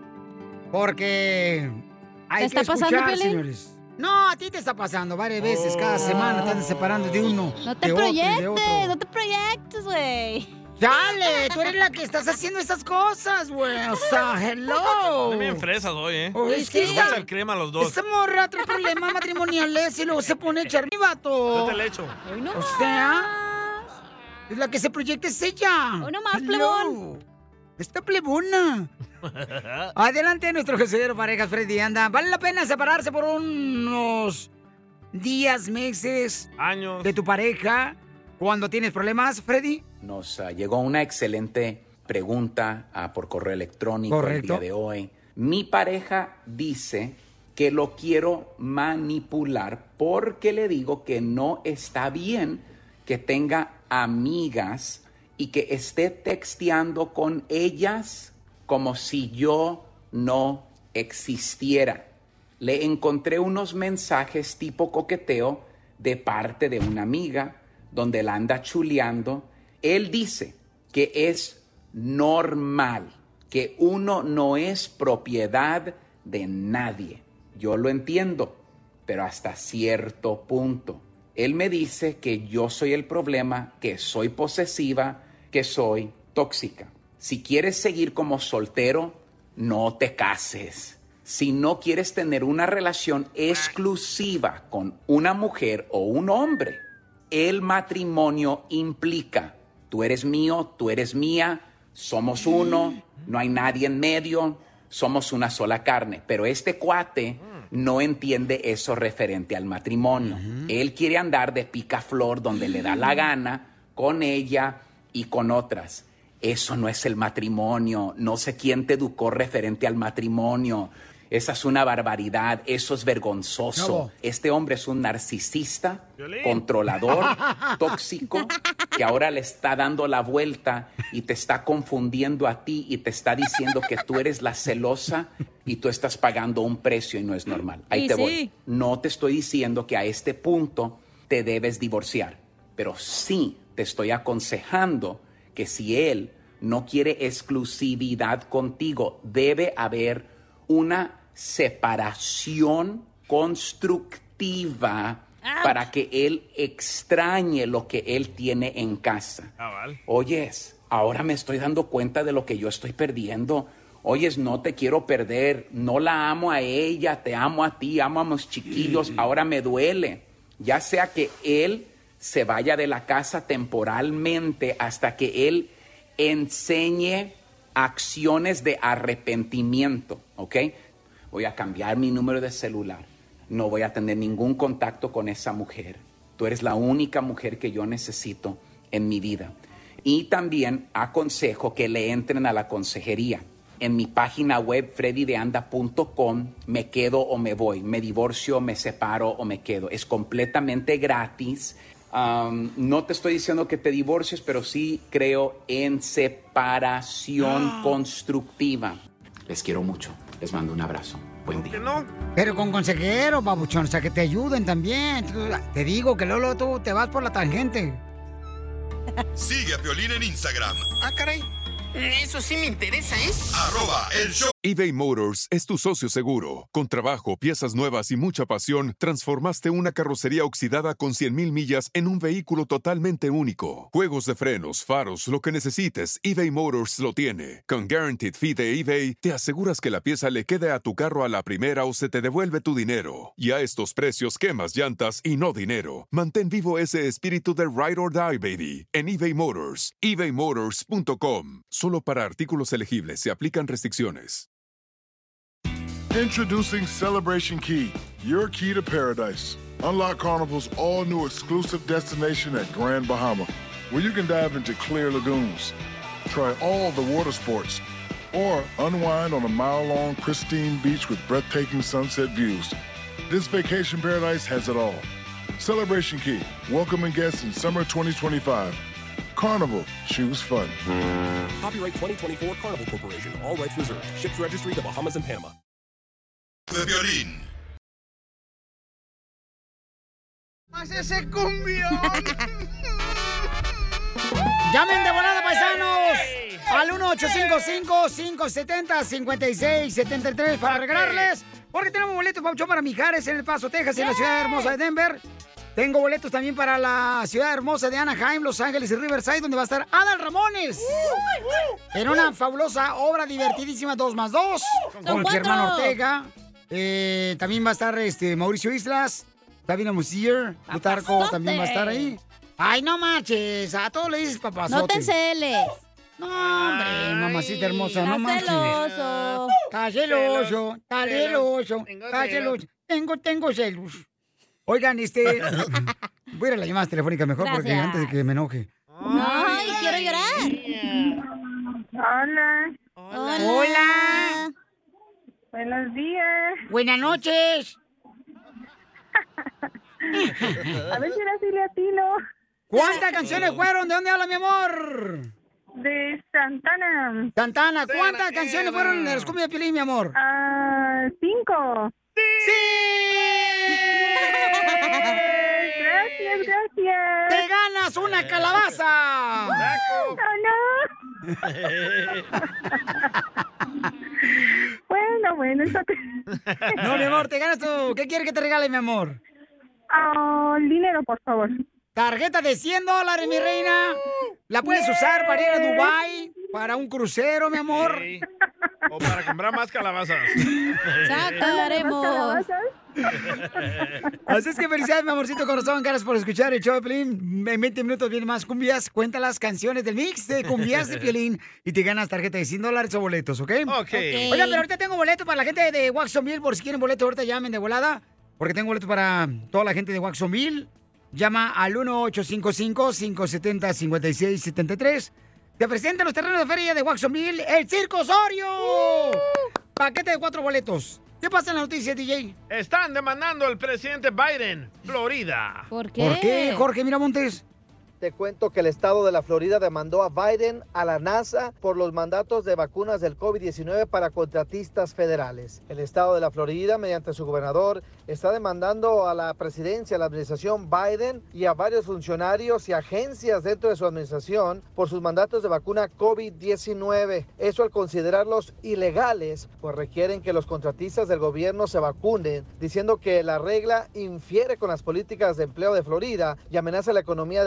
Porque hay ¿Te que está pasando, escuchar, Piolín? señores. No, a ti te está pasando varias veces. Cada semana te andas separando de uno, No te de otro y de proyectes, otro. no te proyectes, güey. Dale, tú eres la que estás haciendo estas cosas, güey. O sea, hello. Están bien fresas hoy, ¿eh? Oh, es que Les voy a esta- echar crema a los dos. Esta morra trae problemas matrimoniales y luego se pone a echar mi vato. Yo te le echo. Hoy no O sea, es la que se proyecta es ella. Hoy no más, Hello. plebón. Esta plebona. Adelante, nuestro consejero parejas, Freddy Anda. ¿Vale la pena separarse por unos días, meses Años. de tu pareja cuando tienes problemas, Freddy? Nos uh, llegó una excelente pregunta uh, por correo electrónico Correcto. el día de hoy. Mi pareja dice que lo quiero manipular porque le digo que no está bien que tenga amigas y que esté texteando con ellas como si yo no existiera. Le encontré unos mensajes tipo coqueteo de parte de una amiga donde la anda chuleando. Él dice que es normal, que uno no es propiedad de nadie. Yo lo entiendo, pero hasta cierto punto. Él me dice que yo soy el problema, que soy posesiva, que soy tóxica. Si quieres seguir como soltero, no te cases. Si no quieres tener una relación exclusiva con una mujer o un hombre, el matrimonio implica, tú eres mío, tú eres mía, somos uno, no hay nadie en medio, somos una sola carne. Pero este cuate no entiende eso referente al matrimonio. Él quiere andar de picaflor donde le da la gana, con ella y con otras. Eso no es el matrimonio. No sé quién te educó referente al matrimonio. Esa es una barbaridad, eso es vergonzoso. No. Este hombre es un narcisista, Violín. controlador, tóxico, que ahora le está dando la vuelta y te está confundiendo a ti y te está diciendo que tú eres la celosa y tú estás pagando un precio y no es normal. Ahí Y te sí. voy. No te estoy diciendo que a este punto te debes divorciar, pero sí te estoy aconsejando que si él no quiere exclusividad contigo, debe haber una separación constructiva Ouch. para que él extrañe lo que él tiene en casa. Ah, vale. Oyes, ahora me estoy dando cuenta de lo que yo estoy perdiendo. Oyes, no te quiero perder, no la amo a ella, te amo a ti, amo a mis chiquillos, ahora me duele. Ya sea que él se vaya de la casa temporalmente hasta que él enseñe acciones de arrepentimiento, ¿ok? voy a cambiar mi número de celular, no voy a tener ningún contacto con esa mujer. Tú eres la única mujer que yo necesito en mi vida. Y también aconsejo que le entren a la consejería. En mi página web freddy de anda punto com, me quedo o me voy, me divorcio, me separo o me quedo. Es completamente gratis. Um, no te estoy diciendo que te divorcies, pero sí creo en separación constructiva. Les quiero mucho. Les mando un abrazo. Buen día. No? Pero con consejero, babuchón, o sea, que te ayuden también. Te digo que luego tú te vas por la tangente. Sigue a Piolín en Instagram. Ah, caray. Eso sí me interesa, ¿eh? Arroba el show. eBay Motors es tu socio seguro. Con trabajo, piezas nuevas y mucha pasión, transformaste una carrocería oxidada con cien mil millas en un vehículo totalmente único. Juegos de frenos, faros, lo que necesites, eBay Motors lo tiene. Con Guaranteed Fee de eBay, te aseguras que la pieza le quede a tu carro a la primera o se te devuelve tu dinero. Y a estos precios, quemas llantas y no dinero. Mantén vivo ese espíritu de Ride or Die, baby, en eBay Motors. ebay motors punto com. Solo para artículos elegibles se aplican restricciones. Introducing Celebration Key, your key to paradise. Unlock Carnival's all-new exclusive destination at Grand Bahama, where you can dive into clear lagoons, try all the water sports, or unwind on a mile-long pristine beach with breathtaking sunset views. This vacation paradise has it all. Celebration Key, welcoming guests in summer twenty twenty-five. Carnival, choose fun. Copyright twenty twenty-four Carnival Corporation. All rights reserved. Ships registry the Bahamas and Panama. De Piolín. ¡Más ese cumbión! ¡Llamen de volada, paisanos! Al uno ocho cinco cinco, cinco siete cero, cinco seis siete tres para regalarles. Porque tenemos boletos, Paucho, para Mijares en El Paso, Texas, en la ciudad hermosa de Denver. Tengo boletos también para la ciudad hermosa de Anaheim, Los Ángeles y Riverside, donde va a estar Adal Ramones. En una fabulosa obra divertidísima, dos más dos, con Germán Ortega. Eh, también va a estar este, Mauricio Islas, Sabina Musier, Plutarco también va a estar ahí. Ay, no marches, a todos le dices papazote. No te enceles. No, hombre, Ay, mamacita hermosa, no marches. celoso. Está celoso, está celoso, está celoso. Tengo, tengo celos. Oigan, este... voy a ir a las llamadas telefónicas mejor. Gracias. Porque antes de que me enoje. Ay, Ay quiero llorar. Hola. Hola. Hola. Buenos días. Buenas noches. A ver si era así latino. ¿Cuántas canciones fueron? ¿De dónde habla, mi amor? De Santana. Santana, ¿cuántas Santana. canciones fueron de los Cumbia de Piolín, mi amor? Ah, uh, cinco. ¡Sí! Gracias, gracias. ¡Te ganas una calabaza! ¡Oh, no! Bueno, bueno, eso te... No, mi amor, te ganas tú. ¿Qué quieres que te regale, mi amor? Oh, el dinero, por favor. Tarjeta de cien dólares, mi reina. La puedes yeah. usar para ir a Dubái, para un crucero, mi amor. Sí. O para comprar más calabazas. ¡Sacaremos! Así es que felicidades, mi amorcito corazón. Gracias por escuchar el show de Piolín. En veinte minutos vienen más cumbias. Cuenta las canciones del mix de cumbias de Piolín y te ganas tarjeta de cien dólares o boletos, ¿ok? Ok. okay. Oigan, pero ahorita tengo boletos para la gente de Watsonville. Por si quieren boletos, ahorita llamen de volada. Porque tengo boletos para toda la gente de Watsonville. Llama al uno ocho cinco cinco, cinco siete cero, cinco seis siete tres. Te presentan los terrenos de feria de Watsonville, el Circo Osorio. Uh. Paquete de cuatro boletos. ¿Qué pasa en la noticia, D J? Están demandando al presidente Biden, Florida. ¿Por qué? ¿Por qué, Jorge Miramontes? Te cuento que el estado de la Florida demandó a Biden, a la NASA, por los mandatos de vacunas del COVID diecinueve para contratistas federales. El estado de la Florida, mediante su gobernador, está demandando a la presidencia, a la administración Biden y a varios funcionarios y agencias dentro de su administración por sus mandatos de vacuna COVID diecinueve. Eso al considerarlos ilegales, pues requieren que los contratistas del gobierno se vacunen, diciendo que la regla infiere con las políticas de empleo de Florida y amenaza la economía del estado.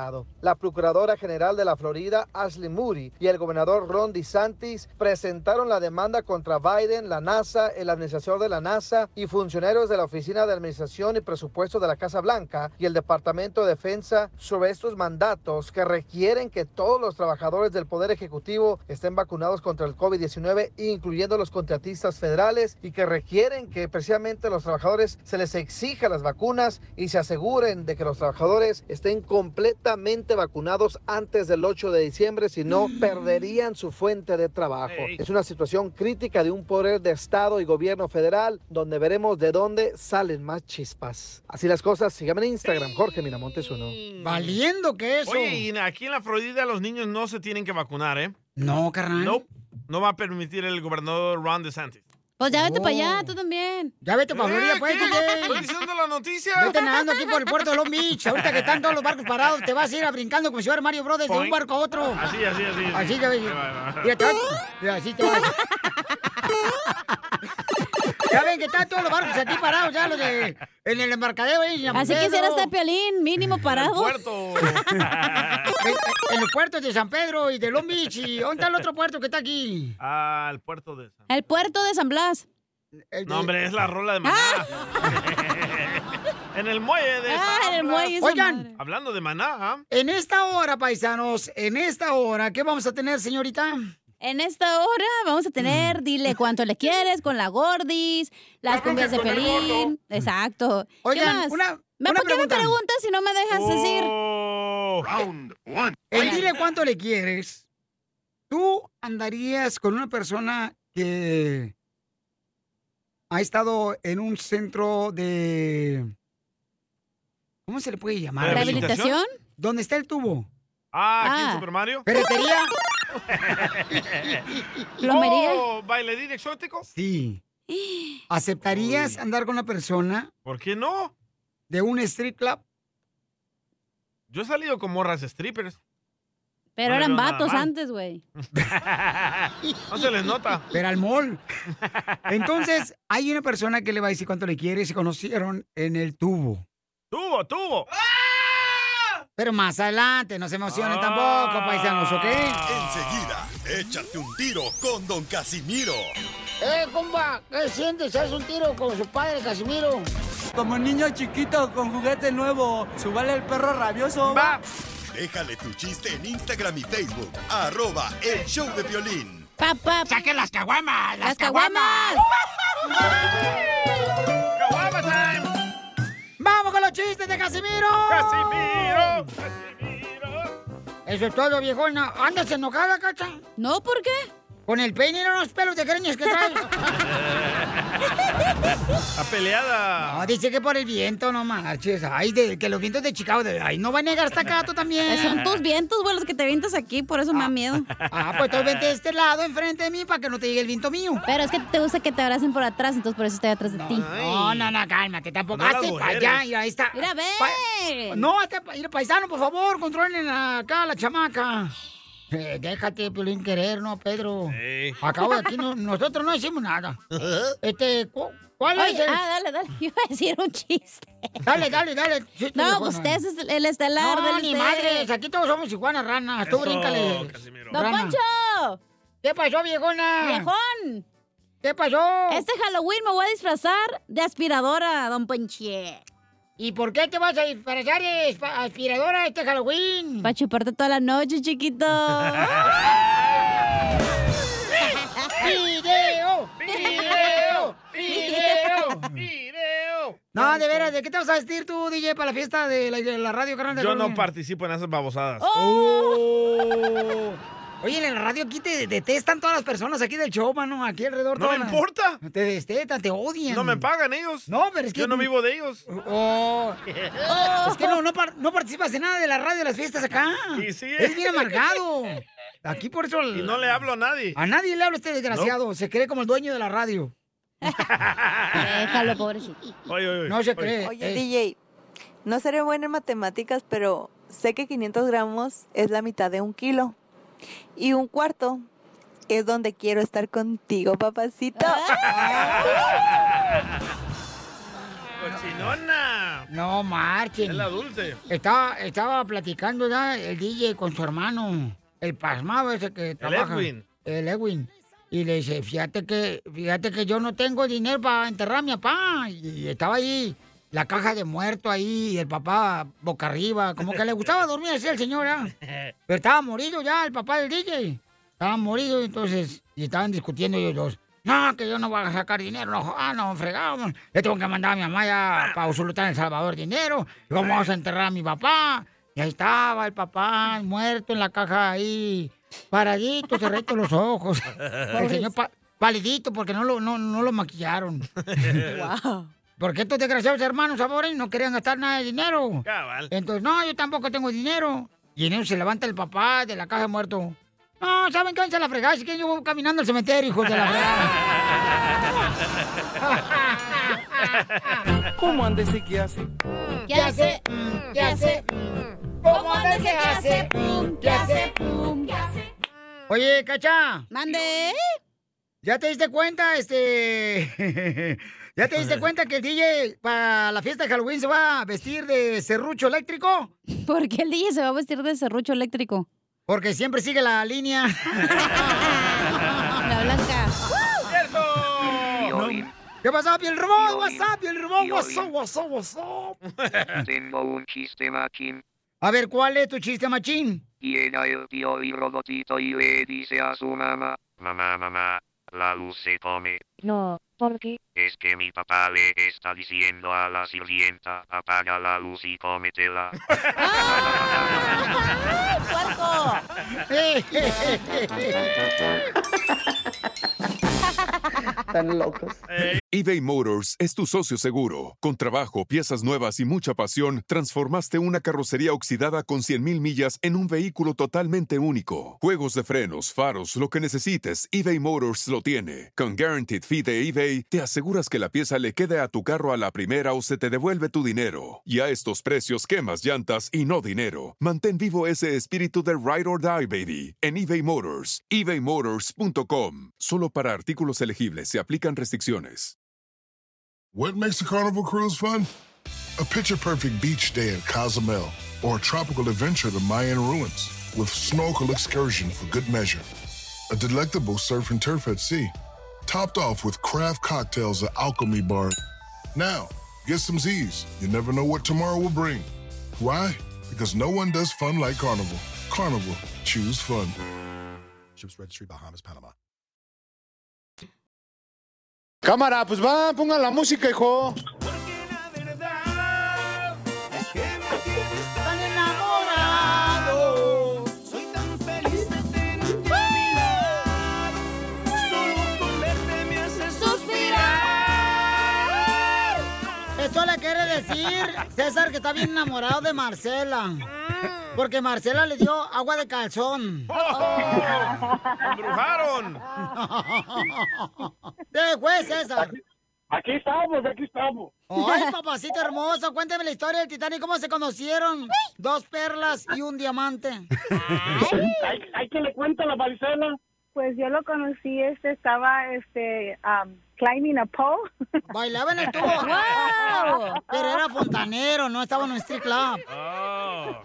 estado. La Procuradora General de la Florida, Ashley Moody, y el gobernador Ron DeSantis presentaron la demanda contra Biden, la NASA, el administrador de la NASA y funcionarios de la Oficina de Administración y Presupuesto de la Casa Blanca y el Departamento de Defensa sobre estos mandatos que requieren que todos los trabajadores del Poder Ejecutivo estén vacunados contra el COVID diecinueve, incluyendo los contratistas federales, y que requieren que precisamente los trabajadores se les exija las vacunas y se aseguren de que los trabajadores estén completamente vacunados antes del ocho de diciembre, si no perderían su fuente de trabajo. Hey. Es una situación crítica de un poder de Estado y gobierno federal donde veremos de dónde salen más chispas. Así las cosas, síganme en Instagram, Jorge Miramontes uno. Valiendo que eso. Oye, y aquí en la Florida los niños no se tienen que vacunar, ¿eh? No, carnal. No, no va a permitir el gobernador Ron DeSantis. Pues ya vete Oh. para allá, tú también. Ya vete para Florida, ¿Eh? pues, ¿Qué? D J. ¿Estoy diciendo la noticia? Vete nadando aquí por el puerto de Long Beach. Ahorita que están todos los barcos parados, te vas a ir a brincando como si fuera Mario Brothers de un barco a otro. Así, así, así. Así te ves. Mira, te vas. Mira, así te vas. Ya ven que están todos los barcos aquí parados, ya los de en el embarcadero. ¿Eh? Así quisiera estar Piolín, mínimo parado. En el puerto. en, en los puertos de San Pedro y de Long Beach. ¿Y dónde está el otro puerto que está aquí? Ah, el puerto de San... El puerto de San Blas. El, no, hombre, es la rola de Maná. En el muelle de Ah, San en el Blas. muelle. Oigan. Hablando de Maná, ¿ah? En esta hora, paisanos, en esta hora, ¿qué vamos a tener, señorita? En esta hora vamos a tener Dile Cuánto Le Quieres con la Gordis, las cumbias de Pelín. Exacto. Oigan, ¿Qué más? una- ¿Me- una ¿Por qué me pregunta. preguntas si no me dejas decir? Round one. En Dile Cuánto Le Quieres, ¿tú andarías con una persona que ha estado en un centro de... ¿Cómo se le puede llamar? ¿Rehabilitación? ¿Dónde está el tubo? Ah, ¿aquí en Ah. Super Mario? ¿Ferretería? ¿Plomería? Oh, ¿bailarín exótico? Sí. ¿Aceptarías andar con una persona ¿Por qué no? de un street club? Yo he salido con morras strippers. Pero No le eran veo nada vatos mal. antes, güey. No se les nota. Pero al mall. Entonces, hay una persona que le va a decir cuánto le quiere y se conocieron en el tubo. ¡Tubo, tubo! Pero más adelante, no se emocionen tampoco, paisanos, ¿ok? Enseguida, échate un tiro con Don Casimiro. ¡Eh, compa! ¿Qué sientes? ¿Haz un tiro con su padre, Casimiro? Como niño chiquito con juguete nuevo, ¿subale el perro rabioso? ¡Va! Déjale tu chiste en Instagram y Facebook, arroba el show de Piolín. ¡Papá! ¡Saquen las caguamas! ¡Las caguamas! ¡Caguama time! ¡Vamos con los chistes de Casimiro! ¡Casimiro! ¡Casimiro! Eso es todo, viejona. ¿Andas enojada, Cacha? No, ¿por qué? Con el peine y unos pelos de greñas que traes. La peleada. No, dice que por el viento, no marches. Ay, de, que los vientos de Chicago, de, ay, no va a negar hasta acá, tú también. Son tus vientos, güey, los que te vientas aquí, por eso me da miedo. Ah, pues tú vente de este lado, enfrente de mí, para que no te llegue el viento mío. Pero es que te gusta que te abracen por atrás, entonces por eso estoy atrás de ti. No, no, no, cálmate, tampoco. No las Hazte para mujeres. allá, y ahí está. Mira, ve. Pa- no, hazte pa- mira, paisano, por favor, controlen acá a la chamaca. Eh, déjate, Piolín, querer, ¿no, Pedro? Sí. Acabo de aquí, no- nosotros no decimos nada. Este, cu- ¿cuál Oye, es el...? ah, dale, dale. Yo iba a decir un chiste. Dale, dale, dale. chiste, No, viejona. usted es el estelar No, del ni usted. madres, aquí todos somos iguanas ranas. Tú Eso, bríncale. Casimiro. ¡Don rana. Poncho! ¿Qué pasó, viejona? ¡Viejón! ¿Qué pasó? Este Halloween me voy a disfrazar de aspiradora, don Ponche. ¿Y por qué te vas a disfrazar de espa- aspiradora este Halloween? Para chuparte toda la noche, chiquito. ¡Video! ¡Video! ¡Video! ¡Video! No, de veras, ¿de qué te vas a vestir tú, D J, para la fiesta de la, de la radio, carnal? de Yo no Halloween? participo en esas babosadas. ¡Oh! Oye, en la radio aquí te detestan todas las personas aquí del show, mano, aquí alrededor. No me todas las- importa. Te detestan, te odian. No me pagan ellos. No, pero es que... Yo no vivo de ellos. Oh. Es que no, no, par- no participas de nada de la radio de las fiestas acá. Y sí. Eres bien amargado. Aquí por eso... Y no le hablo a nadie. A nadie le habla este desgraciado. Se cree como el dueño de la radio. Déjalo, pobrecito. Oye, oye, No se oye. cree. Oye, Eh, D J, no seré buena en matemáticas, pero sé que quinientos gramos es la mitad de un kilo. Y un cuarto es donde quiero estar contigo, papacito. ¡Cochinona! No marchen. Es la dulce. Estaba, estaba platicando ya el D J con su hermano, el pasmado ese que trabaja. Edwin. El Edwin. Y le dice, fíjate que, fíjate que yo no tengo dinero para enterrar a mi papá. Y estaba ahí la caja de muerto ahí, y el papá boca arriba, como que le gustaba dormir así al señor, ¿eh? Pero estaba morido ya el papá del D J. Estaba morido, entonces, y estaban discutiendo ellos dos. No, que yo no voy a sacar dinero, no, ah, no, fregado. Le tengo que mandar a mi mamá ya para Usulután, El Salvador, dinero. ¿Y cómo vamos a enterrar a mi papá? Y ahí estaba el papá muerto en la caja ahí, paradito, cerrito los ojos. El señor pa palidito porque no lo, no, no lo maquillaron. Wow. Porque estos desgraciados hermanos sabores no querían gastar nada de dinero. Cabal. Entonces, no, yo tampoco tengo dinero. Y en eso se levanta el papá de la caja de muerto. No, ¿saben qué? Se la fregada. Así que yo voy caminando al cementerio, hijos de la fregada. ¿Cómo anda ese que hace? ¿Qué hace? ¿Qué hace? ¿Cómo anda ese que hace? ¿Qué hace? ¿Qué hace? Oye, Cacha. Mande. ¿Ya te diste cuenta, este... ¿Ya te diste cuenta que el D J para la fiesta de Halloween se va a vestir de serrucho eléctrico? ¿Por qué el D J se va a vestir de serrucho eléctrico? Porque siempre sigue la línea. La blanca. ¡Cierto! No. ¿Qué pasó, Piel Robot? What's up, Piel Robot? What's up, what's up, what's up? Tengo un chiste machín. A ver, ¿cuál es tu chiste machín? Llega el tío y Robotito y le dice a su mamá, mamá, mamá, la luz se come. No, ¿por qué? Es que mi papá le está diciendo a la sirvienta, apaga la luz y cómetela. ¡Puerco! Están locos. eBay Motors es tu socio seguro. Con trabajo, piezas nuevas y mucha pasión, transformaste una carrocería oxidada con cien mil millas en un vehículo totalmente único. Juegos de frenos, faros, lo que necesites, eBay Motors lo tiene. Con Guaranteed Fee de eBay, te aseguras que la pieza le quede a tu carro a la primera o se te devuelve tu dinero. Y a estos precios, quemas llantas y no dinero. Mantén vivo ese espíritu de Ride or Die, baby, en eBay Motors. ebay motors punto com. Solo para artículos elegibles se aplican restricciones. What makes a Carnival cruise fun? A picture-perfect beach day at Cozumel or a tropical adventure to Mayan ruins with snorkel excursion for good measure. A delectable surf and turf at sea, topped off with craft cocktails at Alchemy Bar. Now, get some Z's. You never know what tomorrow will bring. Why? Because no one does fun like Carnival. Carnival. Choose fun. Ships Registry, Bahamas, Panama. Cámara, pues va, pongan la música, hijo. Tan enamorado, soy tan feliz de tenerte a mi lado. Solo con verte me hace suspirar. Esto le quiere decir, César, que está bien enamorado de Marcela. Porque Marcela le dio agua de calzón. ¡Oh! ¡Embrujaron! ¿Qué fue, César? Aquí estamos, aquí estamos. Ay, papacito hermoso, cuénteme la historia del Titanic, ¿cómo se conocieron? Dos perlas y un diamante. ¿Hay, hay que le cuenta la Maricela? Pues yo lo conocí, este estaba, este, um, climbing a pole. Bailaba en el tubo. ¡Wow! Pero era fontanero, no estaba en un street club. Oh.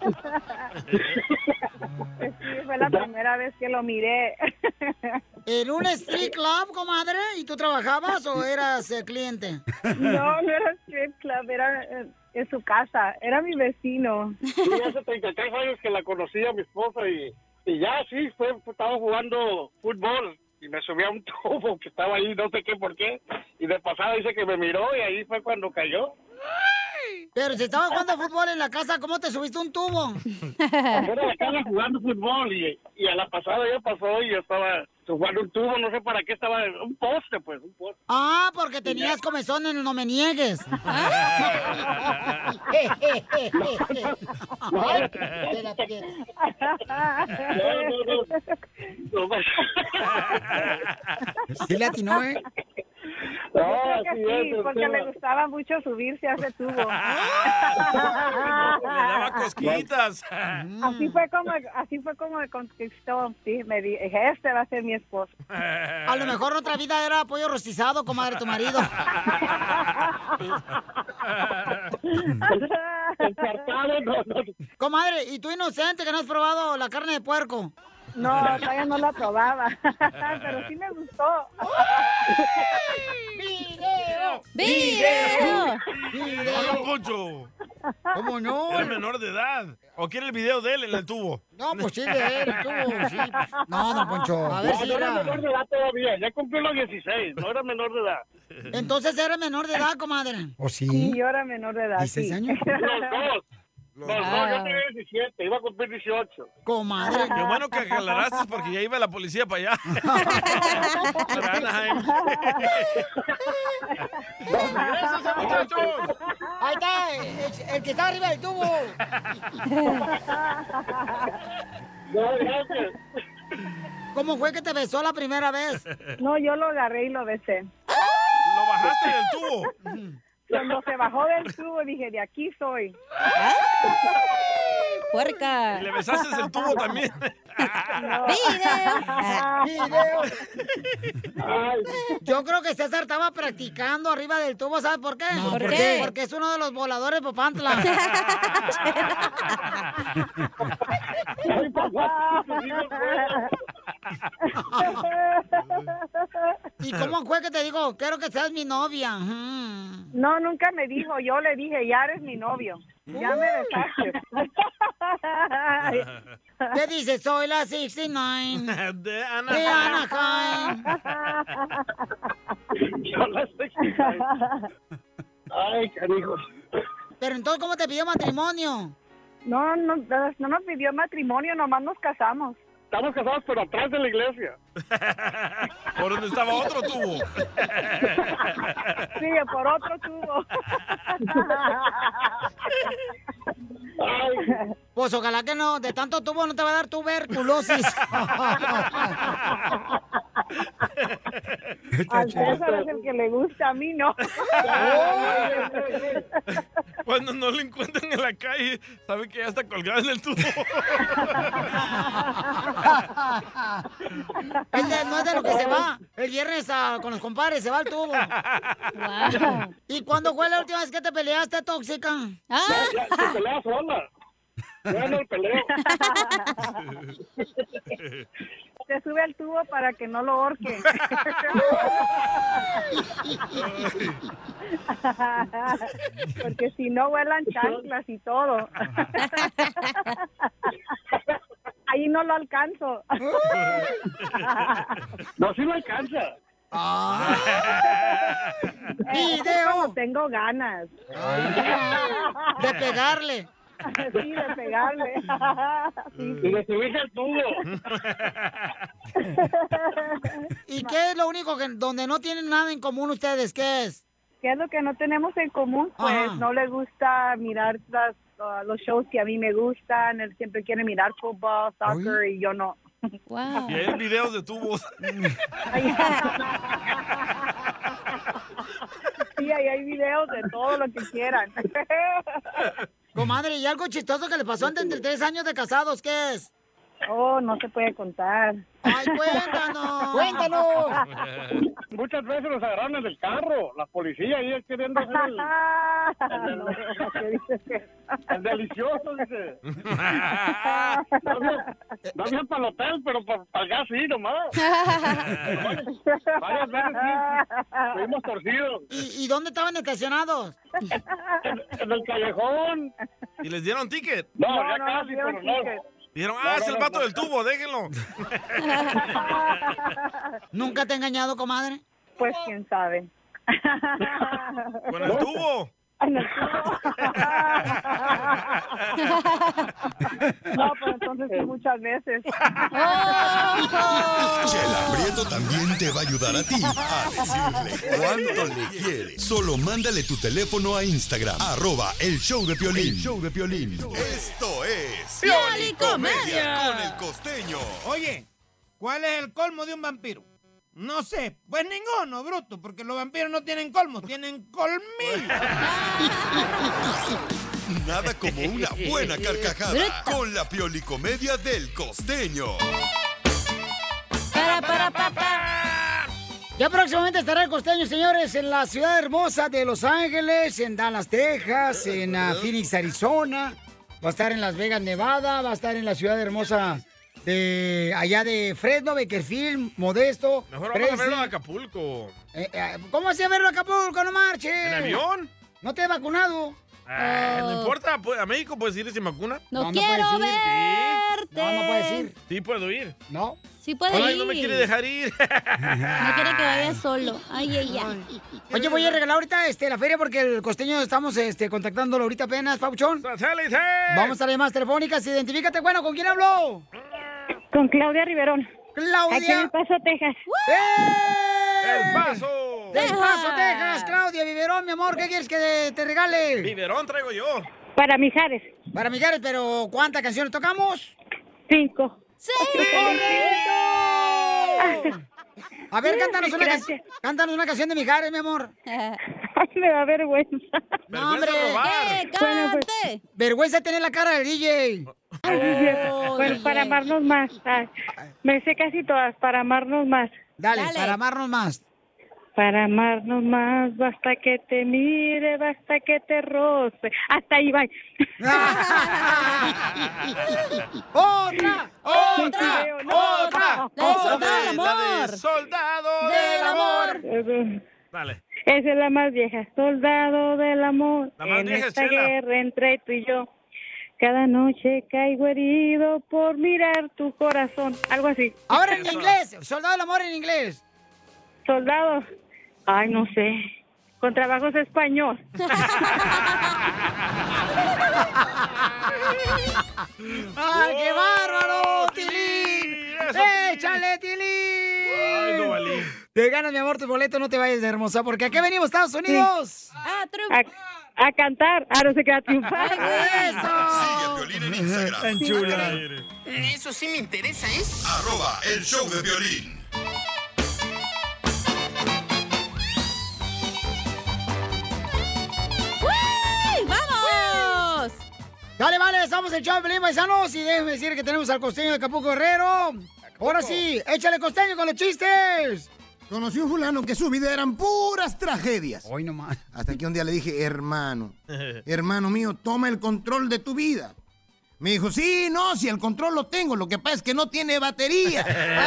Pues sí, fue la primera vez que lo miré. ¿En un street club, comadre? ¿Y tú trabajabas o eras eh, cliente? No, no era strip club, era eh, en su casa, era mi vecino. Sí, hace treinta y tres años que la conocí a mi esposa y... Y ya, sí, fue, estaba jugando fútbol y me subí a un tubo que estaba ahí, no sé qué por qué. Y de pasada dice que me miró y ahí fue cuando cayó. Pero si estabas jugando fútbol en la casa, ¿cómo te subiste a un tubo? Afuera de la casa jugando fútbol y, y a la pasada ya pasó y yo estaba jugando un tubo, no sé para qué, estaba un poste, pues, un poste. Ah, porque tenías comezón en el No Me Niegues. No, no, no. Sí le atinó, ¿eh? Yo creo que sí, porque le gustaba mucho subirse a ese tubo. Le daba cosquitas. Así fue como, así fue como me conquistó. Sí, me dije, este va a ser mi esposo. A lo mejor otra vida era pollo rostizado, comadre, tu marido. Comadre, ¿y tú inocente que no has probado la carne de puerco? No, todavía no la probaba, pero sí me gustó. ¡Video! ¡Video! ¡Video! ¡No, Poncho! ¿Cómo no? Era menor de edad. ¿O quiere el video de él en el tubo? No, pues sí, de él, el tubo, sí. No, don Poncho. A ver no, si no era... era menor de edad todavía, ya cumplió los dieciséis, no era menor de edad. Entonces era menor de edad, comadre. ¿O sí? Sí, yo era menor de edad, ¿dieciséis sí. años? Los dos. Los No, no, yo tenía diecisiete, iba a cumplir dieciocho. Comadre. Qué bueno que aclaraste porque ya iba la policía para allá. Para Anaheim. ¡Regrésense, muchachos! Ahí está, el, el que está arriba del tubo. No, gracias. ¿Cómo fue que te besó la primera vez? No, yo lo agarré y lo besé. ¿Lo bajaste del tubo? Cuando se bajó del tubo dije, de aquí soy. ¡Puerca! Y le besaste el tubo también. No. ¡Video! ¡Video! Ay, yo creo que César estaba practicando arriba del tubo, ¿sabes por qué? No, ¿por qué? Porque es uno de los voladores de Popantla. ¿Y cómo fue que te digo, quiero que seas mi novia? Mm. No, nunca me dijo, yo le dije, ya eres mi novio. Ya me besaste. ¿Qué dice? Soy la sesenta y nueve. De Anaheim. De Anaheim. Yo la sesenta y nueve. Ay, canijos. Pero entonces, ¿cómo te pidió matrimonio? No, no, no nos pidió matrimonio, nomás nos casamos. Estamos casados, pero atrás de la iglesia. Por donde estaba otro tubo. Sí, por otro tubo. Ay. Pues ojalá que no, de tanto tubo no te va a dar tuberculosis. Al César es el que le gusta, a mí no. Cuando no lo encuentran en la calle, sabe que ya está colgado en el tubo. Este no es de lo que se va. El viernes a, con los compadres se va al tubo. Wow. ¿Y cuándo fue la última vez que te peleaste, tóxica? ¿Ah? Ya, ya, se pelea sola. Ya no peleo. Se sube al tubo para que no lo ahorque. Porque si no vuelan chanclas y todo. Ahí no lo alcanzo. No, sí lo alcanza. Ah. ¡Video! Eh, tengo ganas. De pegarle. Sí, de pegarle. Sí, sí. Y de subirse al tubo. ¿Y qué es lo único que donde no tienen nada en común ustedes? ¿Qué es? ¿Qué es lo que no tenemos en común? Pues Ajá. No le gusta mirar las, uh, los shows que a mí me gustan. Él siempre quiere mirar fútbol, soccer, ¿Ay? Y yo no. Wow. Y hay videos de tubos. Sí, ahí hay videos de todo lo que quieran. Comadre, ¿y algo chistoso que le pasó antes de tres años de casados? ¿Qué es? Oh, no se puede contar. ¡Ay, cuéntanos! ¡Cuéntanos! Muchas veces los agarraron en el carro, la policía ahí queriendo hacer el... el, no, ¿qué dices que? El delicioso, dice. No había, no había para el hotel, pero para, para el gas sí, nomás. Varias veces sí, fuimos torcidos. ¿Y, ¿Y dónde estaban estacionados? En, en el callejón. ¿Y les dieron ticket? No, no ya no, casi, no pero no. Dijeron, ah, es el vato del tubo, déjenlo. ¿Nunca te ha engañado, comadre? Pues, quién sabe. ¿Con el tubo? En el tubo. No, pues entonces sí, muchas veces. Chela Prieto también te va a ayudar a ti a decirle cuánto le quieres. Solo mándale tu teléfono a Instagram, arroba el show de Piolín. El show de Piolín. Esto es Piolicomedia con el Costeño. Oye, ¿cuál es el colmo de un vampiro? No sé, pues ninguno, bruto, porque los vampiros no tienen colmos, tienen colmillos. Nada como una buena carcajada con la piolicomedia del Costeño. Para, para, para, para. Ya próximamente estará el Costeño, señores, en la ciudad hermosa de Los Ángeles, en Dallas, Texas, en uh, Phoenix, Arizona. Va a estar en Las Vegas, Nevada. Va a estar en la ciudad hermosa de allá de Fresno, Bakersfield, Modesto. Mejor vamos Tracy. a verlo en Acapulco. Eh, eh, ¿Cómo así a verlo a Acapulco? No marches. ¿En avión? ¿No te he vacunado? Ah, Oh. no importa, pues, a México puedes ir sin vacuna. No, No, no quiero puedes ir. verte. No, no puedes ir. Sí, puedo ir. No. Sí puede Ay, ir. no me quiere dejar ir. No quiere que vaya solo. Ay, ay, ay. Oye, voy a regalar ahorita este, la feria porque el Costeño estamos este, contactándolo ahorita apenas, Pauchón. ¡Satélite! Vamos a las llamadas telefónicas. Identifícate, bueno, ¿con quién habló? Con Claudia Riverón. Claudia. Aquí en El Paso, Texas. ¡Eh! ¡El Paso! ¡Del Paso, Texas! Claudia Viverón, mi amor, ¿qué quieres que te regale? Biberón traigo yo. Para Mijares. Para Mijares, pero ¿cuántas canciones tocamos? Cinco. ¡Sí! ¡Correcto! A ver, cántanos una, Gracias. can- cántanos una canción de Mijares, mi amor. Me da vergüenza. No, hombre. ¡Que Bueno, pues- cante! Vergüenza tener la cara del D J. Ay, Dios. Bueno, para amarnos más. Ay, me sé casi todas. Para amarnos más. Dale, Dale. para amarnos más. Para amarnos más, basta que te mire, basta que te roce. Hasta ahí va. ¡Otra! ¡Otra! No, ¡Otra! La de Soldado del La Amor. de Soldado Del amor. Dale. Esa es la más vieja. Soldado del amor. La más en vieja es esta Chela. guerra entre tú y yo. Cada noche caigo herido por mirar tu corazón. Algo así. Ahora en inglés. Soldado del amor en inglés. Soldado. Ay, no sé. Con trabajos español. ¡Ay, qué bárbaro! ¡Tilín! Eso, ¡Échale, Tilín! Ay, no valí. Te ganas, mi amor, tu boleto, no te vayas de hermosa, porque aquí venimos, Estados Unidos. Ah, triunfa. A, a cantar. Ahora se queda triunfar. Sigue ¡Eso! a Piolín en Instagram. Tan chula. Eso sí me interesa, ¿eh? Arroba el show de Piolín. ¡Uy! ¡Vamos! Dale, vale, estamos en Chavo Pelín, paisanos, y déjenme decir que tenemos al Costeño de Acapulco Guerrero. Ahora sí, échale, Costeño, con los chistes. Conocí un fulano que su vida eran puras tragedias. Hoy nomás. Hasta que un día le dije, hermano, hermano mío, toma el control de tu vida. Me dijo, sí, no, si el control lo tengo, lo que pasa es que no tiene batería.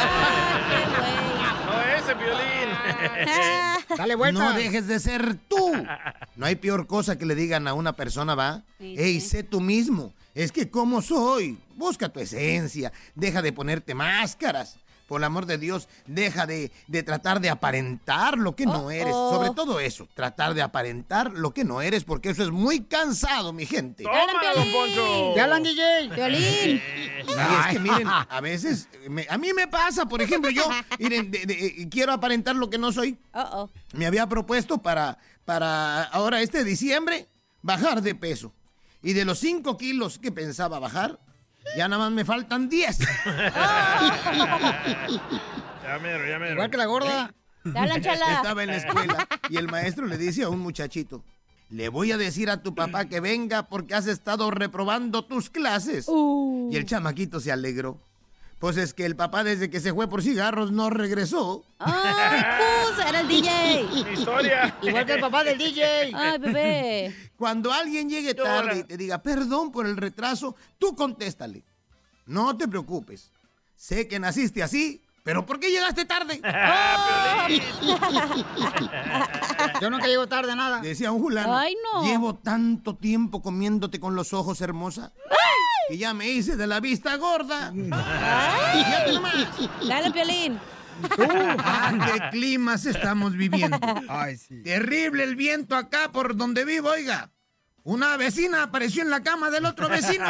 No, ese Piolín. Dale vuelta. No dejes de ser tú. No hay peor cosa que le digan a una persona, ¿va? Sí, Ey, sí. sé tú mismo. Es que ¿cómo soy? Busca tu esencia. Deja de ponerte máscaras. Por el amor de Dios, deja de, de tratar de aparentar lo que no Oh, eres. oh. Sobre todo eso, tratar de aparentar lo que no eres, porque eso es muy cansado, mi gente. ¡Tómala, don Poncho! ¿Te hablan, D J? Violín. Y es que miren, a veces, me- a mí me pasa, por ejemplo, yo, miren, de- de- quiero aparentar lo que no soy. Oh, oh. Me había propuesto para, para ahora este diciembre bajar de peso. Y de los cinco kilos que pensaba bajar, ya nada más me faltan diez. Ya mero, ya mero. Igual que la gorda. Dale, chala. Estaba en la escuela y el maestro le dice a un muchachito, le voy a decir a tu papá que venga porque has estado reprobando tus clases. Uh. Y el chamaquito se alegró. Pues es que el papá desde que se fue por cigarros no regresó. ¡Ay, pues! Era el D J. Mi historia. Igual que el papá del D J. Ay, bebé. Cuando alguien llegue tarde y te diga perdón por el retraso, tú contéstale. No te preocupes. Sé que naciste así, pero ¿por qué llegaste tarde? Yo nunca llego tarde a nada. Decía un fulano. Ay, no. Llevo tanto tiempo comiéndote con los ojos, hermosa, que ya me hice de la vista gorda. Fíjate nomás. Dale, Piolín. Ah, qué climas estamos viviendo. Ay, sí. Terrible el viento acá por donde vivo, oiga. Una vecina apareció en la cama del otro vecino.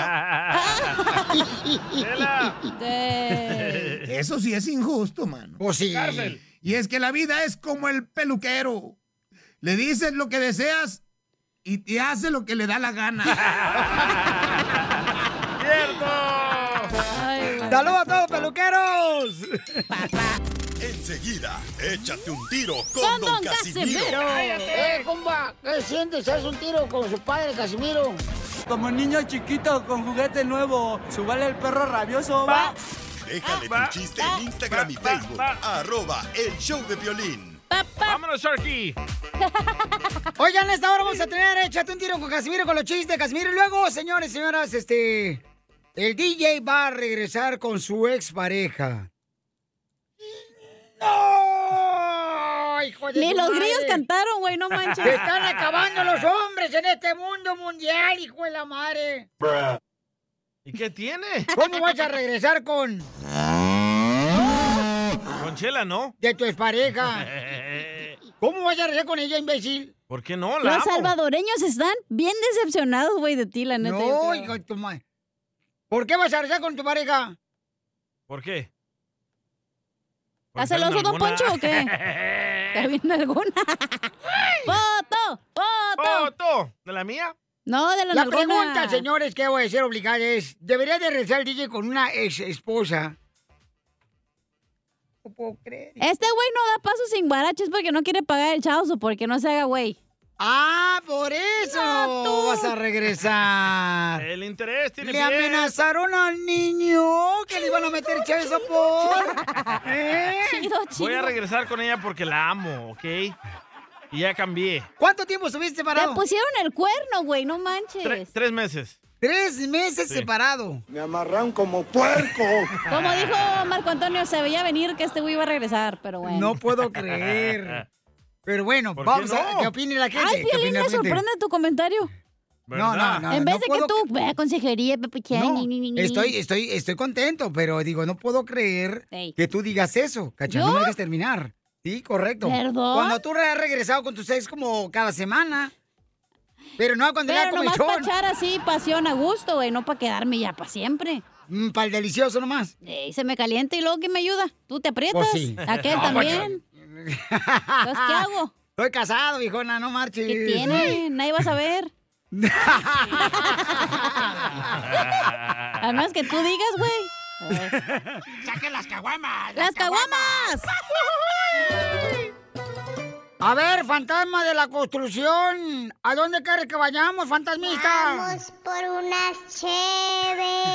Chela. De... Eso sí es injusto, mano. Pues sí. Cárcel. Y es que la vida es como el peluquero. Le dices lo que deseas y te hace lo que le da la gana. ¡Cierto! Ay, güey. ¡Saludos a todos, peluqueros! Enseguida, échate un tiro con, ¡Con Don, Don Casimiro. Casimiro! ¡Eh, compa! ¿Qué sientes? ¿Haz un tiro con su padre, Casimiro? Como niño chiquito con juguete nuevo, ¿subale el perro rabioso? Va. Déjale tu chiste en Instagram y Facebook. Arroba El Show de Piolín. ¡Vámonos, Sharky! Oigan, a esta hora vamos a tener Échate un tiro con Casimiro con los chistes de Casimiro. Y luego, señores y señoras, este... el D J va a regresar con su expareja. ¡No! ¡Hijo de Ni su los madre! grillos cantaron, güey, no manches. Se están acabando los hombres en este mundo mundial, hijo de la madre. ¿Y qué tiene? ¿Cómo vas a regresar con... Con Chela, ¿no? de tu expareja? ¿Cómo vas a regresar con ella, imbécil? ¿Por qué no? La Los amo. salvadoreños están bien decepcionados, güey, de ti, la neta. yo No, creo. hijo de tu madre. ¿Por qué vas a regresar con tu pareja? ¿Por qué? ¿Estás celoso, don Poncho, o qué? ¿Está bien alguna? ¡Foto! ¡Foto! ¡Foto! ¿De la mía? No, de la La nalgona. pregunta, señores, que voy a ser obligada es, ¿debería de regresar el D J con una ex esposa? No puedo creer. Este güey no da paso sin guaraches porque no quiere pagar el chauzo, porque no se haga güey. ¡Ah, por eso No, tú. vas a regresar! El interés tiene Le pies. amenazaron al niño que le iban a meter chave sopor. ¿Eh? Chido, chido. Voy a regresar con ella porque la amo, ¿ok? Y ya cambié. ¿Cuánto tiempo estuviste Te separado? pusieron el cuerno, güey, no manches. Tre- tres meses. Tres meses Sí. separado. Me amarran como puerco. Como dijo Marco Antonio, se veía venir que este güey iba a regresar, pero bueno. No puedo creer. Pero bueno, ¿Por qué vamos a no? que opine la gente. Ay, ¿Qué Piolín, opine me la gente? sorprende tu comentario. No, no, no. en vez no de puedo que tú, ve a consejería, papuchán, No, ni, ni, ni, ni. estoy, estoy, estoy contento, pero digo, no puedo creer Ey. que tú digas eso, ¿cachai? ¿Yo? No me dejes terminar. Sí, correcto. ¿Perdón? Cuando tú has regresado con tus ex como cada semana, pero no cuando era Pero como nomás para echón. echar así pasión a gusto, güey, no para quedarme ya para siempre. Para el delicioso nomás. Ey, se me calienta y luego ¿quién me ayuda? ¿Tú te aprietas? Pues sí. ¿Aquel No, también? Entonces, ¿qué hago? Estoy casado, viejona, no marches. ¿Qué tiene? Nadie va a saber. A menos que tú digas, güey. ¡Saquen las caguamas! ¡Las caguamas! A ver, fantasma de la construcción, ¿a dónde quieres que vayamos, fantasmista? Vamos por unas cheves.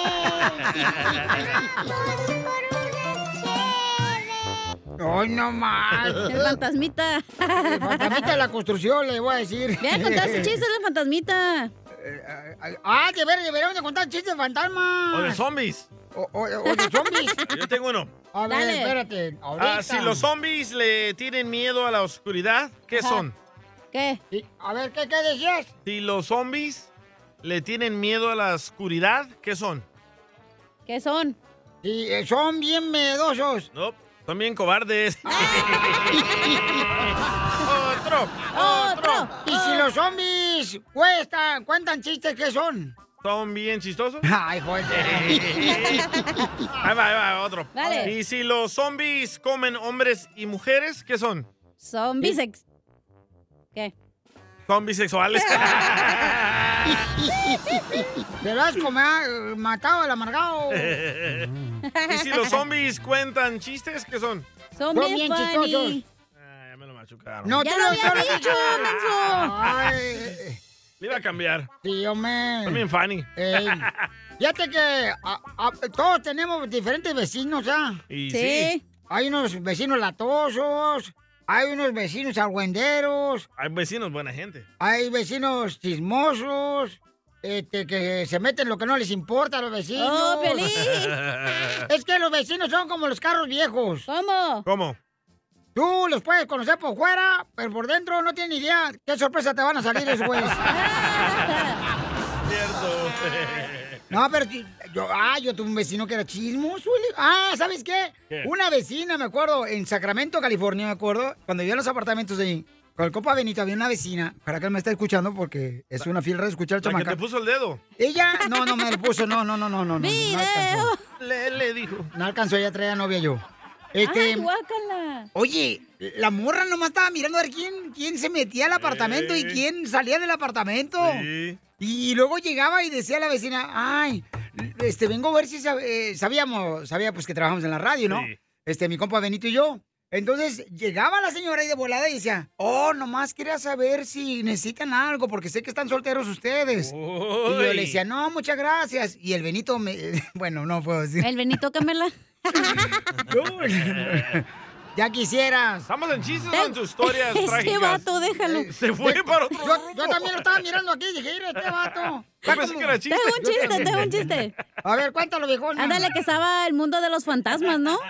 Vamos por unas cheves. ¡Ay, no más! El fantasmita. El fantasmita de la construcción, le voy a decir. Ve a contar ese chiste del fantasmita. Ah, de ver, deberíamos de contar chistes de fantasma. O de zombies. O, o- o de zombies. Yo tengo uno. A ver, Dale. espérate. ahorita. Ah, si los zombies le tienen miedo a la oscuridad, ¿qué Ajá. son? ¿Qué? Sí, a ver, ¿qué, qué decías? Si los zombies le tienen miedo a la oscuridad, ¿qué son? ¿Qué son? Sí, eh, son bien miedosos. No, son bien cobardes. Otro. ¡Otro! Y si los zombies cuestan, cuentan chistes, ¿qué son? ¿Son bien chistosos? Ay, joder. Ahí va, ahí va, otro. Dale. Y si los zombies comen hombres y mujeres, ¿qué son? Son bisex. ¿Qué? Son bisexuales. Verás como ha eh, matado al amargado. Y si los zombies cuentan chistes, ¿qué son? Son Son bien, bien funny. chistosos. Ah, ya me lo machucaron. No Ya te lo lo había solo- dicho, menso. Ay, Le iba a cambiar. sí, hombre. Son bien funny. Ey, fíjate que a- a- todos tenemos diferentes vecinos, ¿ah? Y sí. Sí. Hay unos vecinos latosos, hay unos vecinos argüenderos, Hay vecinos, buena gente. hay vecinos chismosos, este, que se meten en lo que no les importa a los vecinos. ¡Oh, Piolín! Es que los vecinos son como los carros viejos. ¿Cómo? ¿Cómo? Tú los puedes conocer por fuera, pero por dentro no tienes ni idea qué sorpresa te van a salir esos güeyes. Cierto. No, pero sí, yo, ah, yo tuve un vecino que era chismoso. güey. Ah, ¿sabes qué? ¿Qué? Una vecina, me acuerdo, en Sacramento, California, me acuerdo, cuando vivía en los apartamentos de ahí, con el compa Benito, había una vecina, para que él me esté escuchando, porque es una fiel de escuchar al La que chamaca. te puso el dedo. Ella, no, no me lo puso, no, no, no, no, no. no, no ¡Video! alcanzó. Le, le dijo. No alcanzó, ella traía novia yo. Este, ¡Ay, guácala! oye, la morra nomás estaba mirando a ver quién, quién se metía al apartamento y Sí. quién salía del apartamento. Sí. Y luego llegaba y decía a la vecina, ay, este, vengo a ver si sab- eh, sabíamos, sabía pues que trabajamos en la radio, ¿no? Sí. este, mi compa Benito y yo. Entonces, llegaba la señora ahí de volada y decía, oh, nomás quería saber si necesitan algo, porque sé que están solteros ustedes. Uy. Y yo le decía, no, muchas gracias. Y el Benito me... Bueno, no puedo decir. El Benito, cámela. Ya quisieras. Estamos en chistes o en tus historias Este trágicas. vato, déjalo. Se fue De- para otro yo, rumbo. yo también lo estaba mirando aquí y dije, mira, este vato. Yo pensé que era chiste. Tengo un chiste, tengo un chiste. A ver, cuéntalo, viejón. Ándale, que estaba el mundo de los fantasmas, ¿no?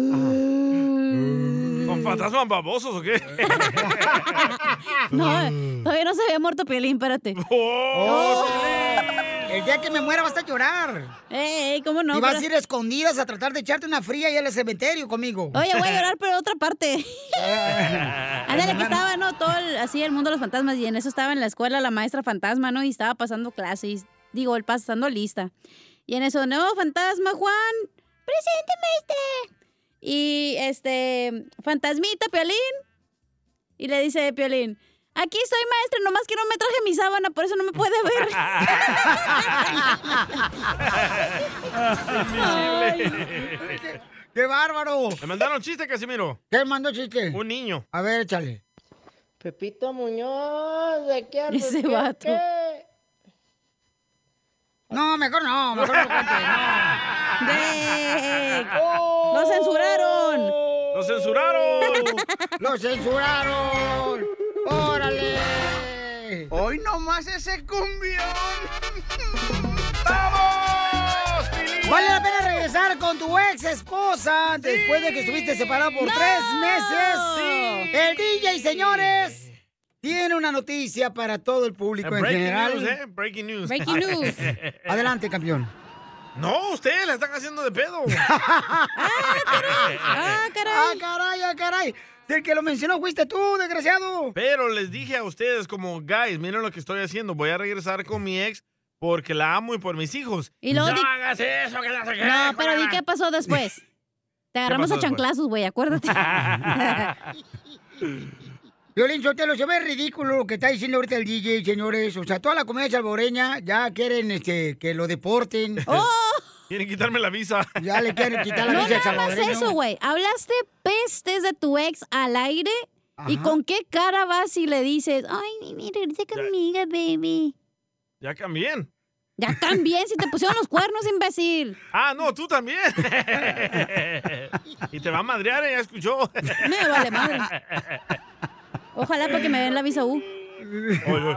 ¿Con fantasmas babosos o qué? No, todavía no se había muerto Piolín, espérate. Oh, El día que me muera vas a llorar. Ey, ¿cómo no? Y vas Pero- a ir a escondidas a tratar de echarte una fría ahí al cementerio conmigo. Oye, voy a llorar, pero de otra parte. Ándale, que estaba, ¿no? Todo el- así el mundo de los fantasmas. Y en eso estaba en la escuela la maestra fantasma, ¿no? Y estaba pasando clases. Digo, el pasando lista. Y en eso, no, fantasma, Juan. Presente, maestra. Y este, fantasmita, Piolín. Y le dice Piolín, aquí estoy, maestra, nomás que no me traje mi sábana, por eso no me puede ver. Invisible. ¡Qué bárbaro! Me mandaron chiste, Casimiro. ¿Qué mandó chiste? Un niño. A ver, échale. Pepito Muñoz, ¿de qué hablas? Ese ¿Qué, vato. qué? No, mejor no, mejor no cuentes, no. ¡De! ¡Lo censuraron! ¡Lo censuraron! ¡Lo censuraron! ¡Órale! Hoy nomás ese cumbión. ¡Vamos, Pilín! Vale la pena regresar con tu ex esposa después de que estuviste separado por ¡No! tres meses. Sí. El D J, señores, tiene una noticia para todo el público en Breaking general. news, ¿eh? Breaking news. Breaking news. Adelante, campeón. No, ustedes la están haciendo de pedo. ¡Ah, caray! ¡Ah, caray, ah, caray! El que lo mencionó fuiste tú, desgraciado. Pero les dije a ustedes como, guys, miren lo que estoy haciendo. Voy a regresar con mi ex porque la amo y por mis hijos. Y luego ¡No di- hagas eso! Que no sé qué, No, pero di joder! qué pasó después. Te agarramos pasó a chanclazos, güey, acuérdate. Violín Sotelo, se ve ridículo lo que está diciendo ahorita el D J, señores. O sea, toda la comunidad salvadoreña ya quieren este, que lo deporten. ¡Oh! Quieren quitarme la visa. Ya le quieren quitar la No visa al nada más salvadoreño. eso, güey. Hablaste pestes de tu ex al aire. ¿Y Ajá. con qué cara vas y le dices, ay, mira, regresa conmigo, baby? Ya cambié. Ya también, si te pusieron los cuernos, imbécil. Ah, no, tú también. Y te va a madrear, ¿eh? Ya escuchó. Me vale madre. Ojalá porque me den la visa U. Oye, oye.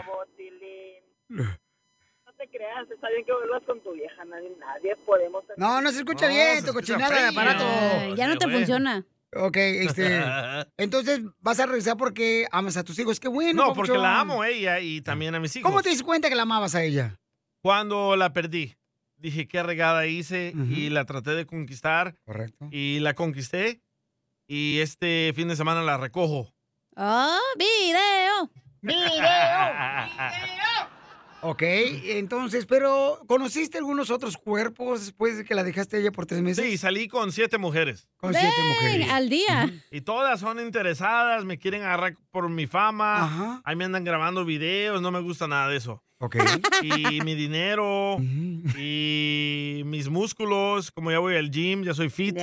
No te creas, está bien que vuelvas con tu vieja. Nadie, nadie podemos... No, no se escucha No, bien se tu escucha cochinada de feo. aparato. Ay, ya no te güey. funciona. Ok, este. Entonces vas a regresar porque amas a tus hijos. Qué bueno. No, porque papuchón. la amo a ella y también a mis hijos. ¿Cómo te diste cuenta que la amabas a ella? Cuando la perdí, dije qué regada hice Ujú. y la traté de conquistar Correcto. y la conquisté y este fin de semana la recojo. ¡Oh, video! Ok, entonces, pero ¿conociste algunos otros cuerpos después de que la dejaste a ella por tres meses? Sí, salí con siete mujeres Con siete Ven, mujeres. al día. y todas son interesadas, me quieren agarrar por mi fama. Ajá. Ahí me andan grabando videos, no me gusta nada de eso. Ok. Y mi dinero y mis músculos, como ya voy al gym, ya soy fit.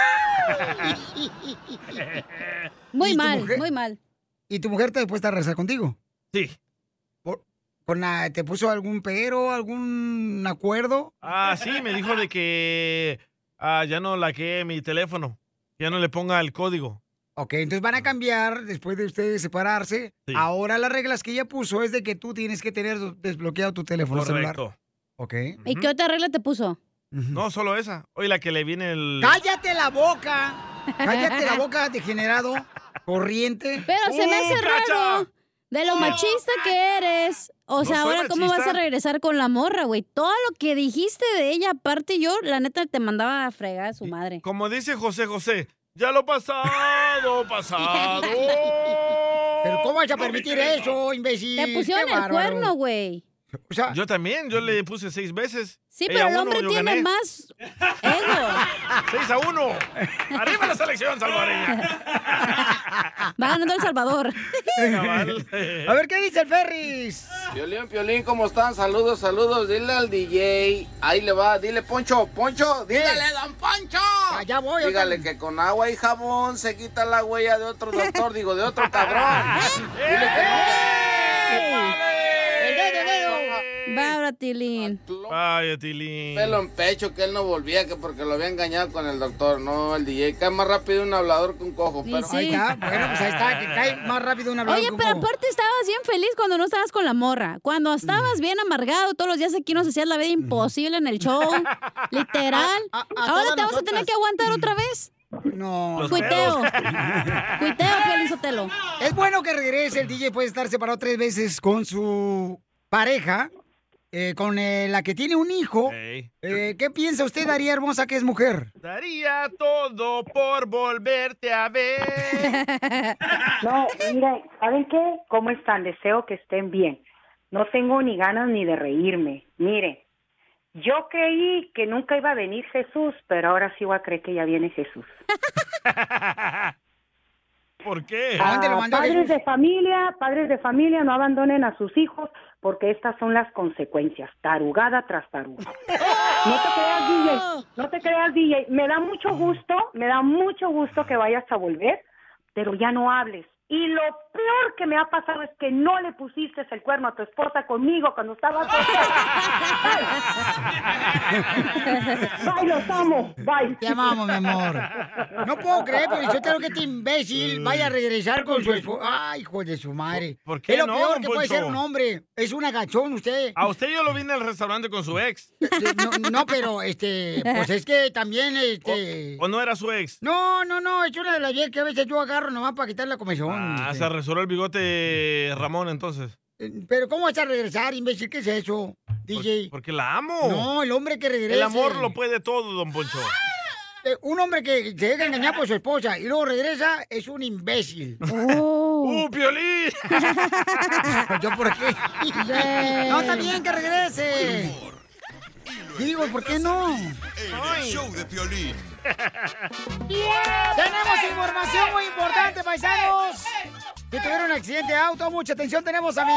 Muy ¿Y tu mal, mujer? muy mal. ¿Y tu mujer te dispuesta a regresar contigo? Sí. Por- con la- ¿Te puso algún pero, algún acuerdo? Ah, sí, me dijo de que ah, ya no laquee mi teléfono, ya no le ponga el código. Ok, entonces van a cambiar después de ustedes separarse. Sí. Ahora las reglas que ella puso es de que tú tienes que tener desbloqueado tu teléfono celular. Correcto. Ok. ¿Y qué otra regla te puso? No, solo esa. Oye, la que le viene el... ¡Cállate la boca! ¡Cállate la boca, degenerado! Corriente. Pero se me ¡Uh, hace cacha! raro. De lo machista que eres. O No sea, soy ahora, ¿cómo vas machista. a regresar con la morra, güey? Todo lo que dijiste de ella, aparte yo, la neta, te mandaba a fregar a su madre. Como dice José José, ya lo pasado, pasado. ¿Pero cómo vas a permitir eso, imbécil? Te pusieron ¡Qué el bárbaro! cuerno, güey. O sea, yo también, yo le puse seis veces. Sí, Ella pero el uno, hombre yo tiene gané. más ego. ¡Seis a uno! ¡Arriba la selección salvadoreña! Va ganando El Salvador. A ver, ¿qué dice el Ferris? Piolín, Piolín, ¿cómo están? Saludos, saludos. Dile al D J. Ahí le va, dile, Poncho, Poncho, dígale, don Poncho. Allá voy. Dígale otra- que con agua y jabón se quita la huella de otro doctor, digo, de otro cabrón. Dile que no. El dedo, el dedo. Va, Tilín. Vaya, Tilín. Pelo en pecho, que él no volvía, que porque lo había engañado con el doctor. No, el D J cae más rápido un hablador que un cojo. Sí, Pero... sí. Ahí está, bueno, pues ahí está, que cae más rápido una Oye, pero aparte estabas bien feliz cuando no estabas con la morra. Cuando estabas bien amargado, todos los días aquí nos hacías la vida imposible en el show. Literal. a Ahora todas te vas a tener nosotras. que aguantar otra vez. No. Los Cuiteo. pedos. Cuiteo, Piolín Sotelo. Es bueno que regrese. El D J puede estar separado tres veces con su pareja, eh, con eh, la que tiene un hijo. Ey. Eh, ¿Qué piensa usted, Daría Hermosa, que es mujer? Daría todo por volverte a ver. No, mira, ¿saben qué? ¿Cómo están? Deseo que estén bien. No tengo ni ganas ni de reírme. Mire, yo creí que nunca iba a venir Jesús, pero ahora sí voy a creer que ya viene Jesús. ¿Por qué? ¿A dónde lo Ah, mandó padres Jesús? de familia, padres de familia, no abandonen a sus hijos porque estas son las consecuencias, tarugada tras tarugada. No te creas, D J, no te creas, D J. Me da mucho gusto, me da mucho gusto que vayas a volver, pero ya no hables. Y lo peor que me ha pasado es que no le pusiste el cuerno a tu esposa conmigo cuando estabas soltera. Bye, los amo. Bye. Te amamos, mi amor. No puedo creer, pero yo tengo que este imbécil vaya a regresar con su esposa. Ay, hijo de su madre. ¿Por qué Es lo no, peor don que puede Poncho? ser un hombre. Es un agachón usted. A usted yo lo vi en el restaurante con su ex. No, no, pero este, pues es que también este. ¿O no era su ex? No, no, no, es una de las viejas que a veces yo agarro nomás para quitar la comezón. Ah, este. se resoró el bigote Ramón entonces. Pero ¿cómo vas a regresar, imbécil? ¿Qué es eso, D J? Porque la amo. No, el hombre que regresa. El amor lo puede todo, don Poncho. Eh, un hombre que se deja engañar por su esposa y luego regresa es un imbécil. ¡Uh, Piolín! ¿Yo por qué? No, está bien que regrese. Digo, ¿por qué no? En el show de Piolín. Tenemos información muy importante, paisanos. Que tuvieron un accidente de auto. Mucha atención, tenemos a mi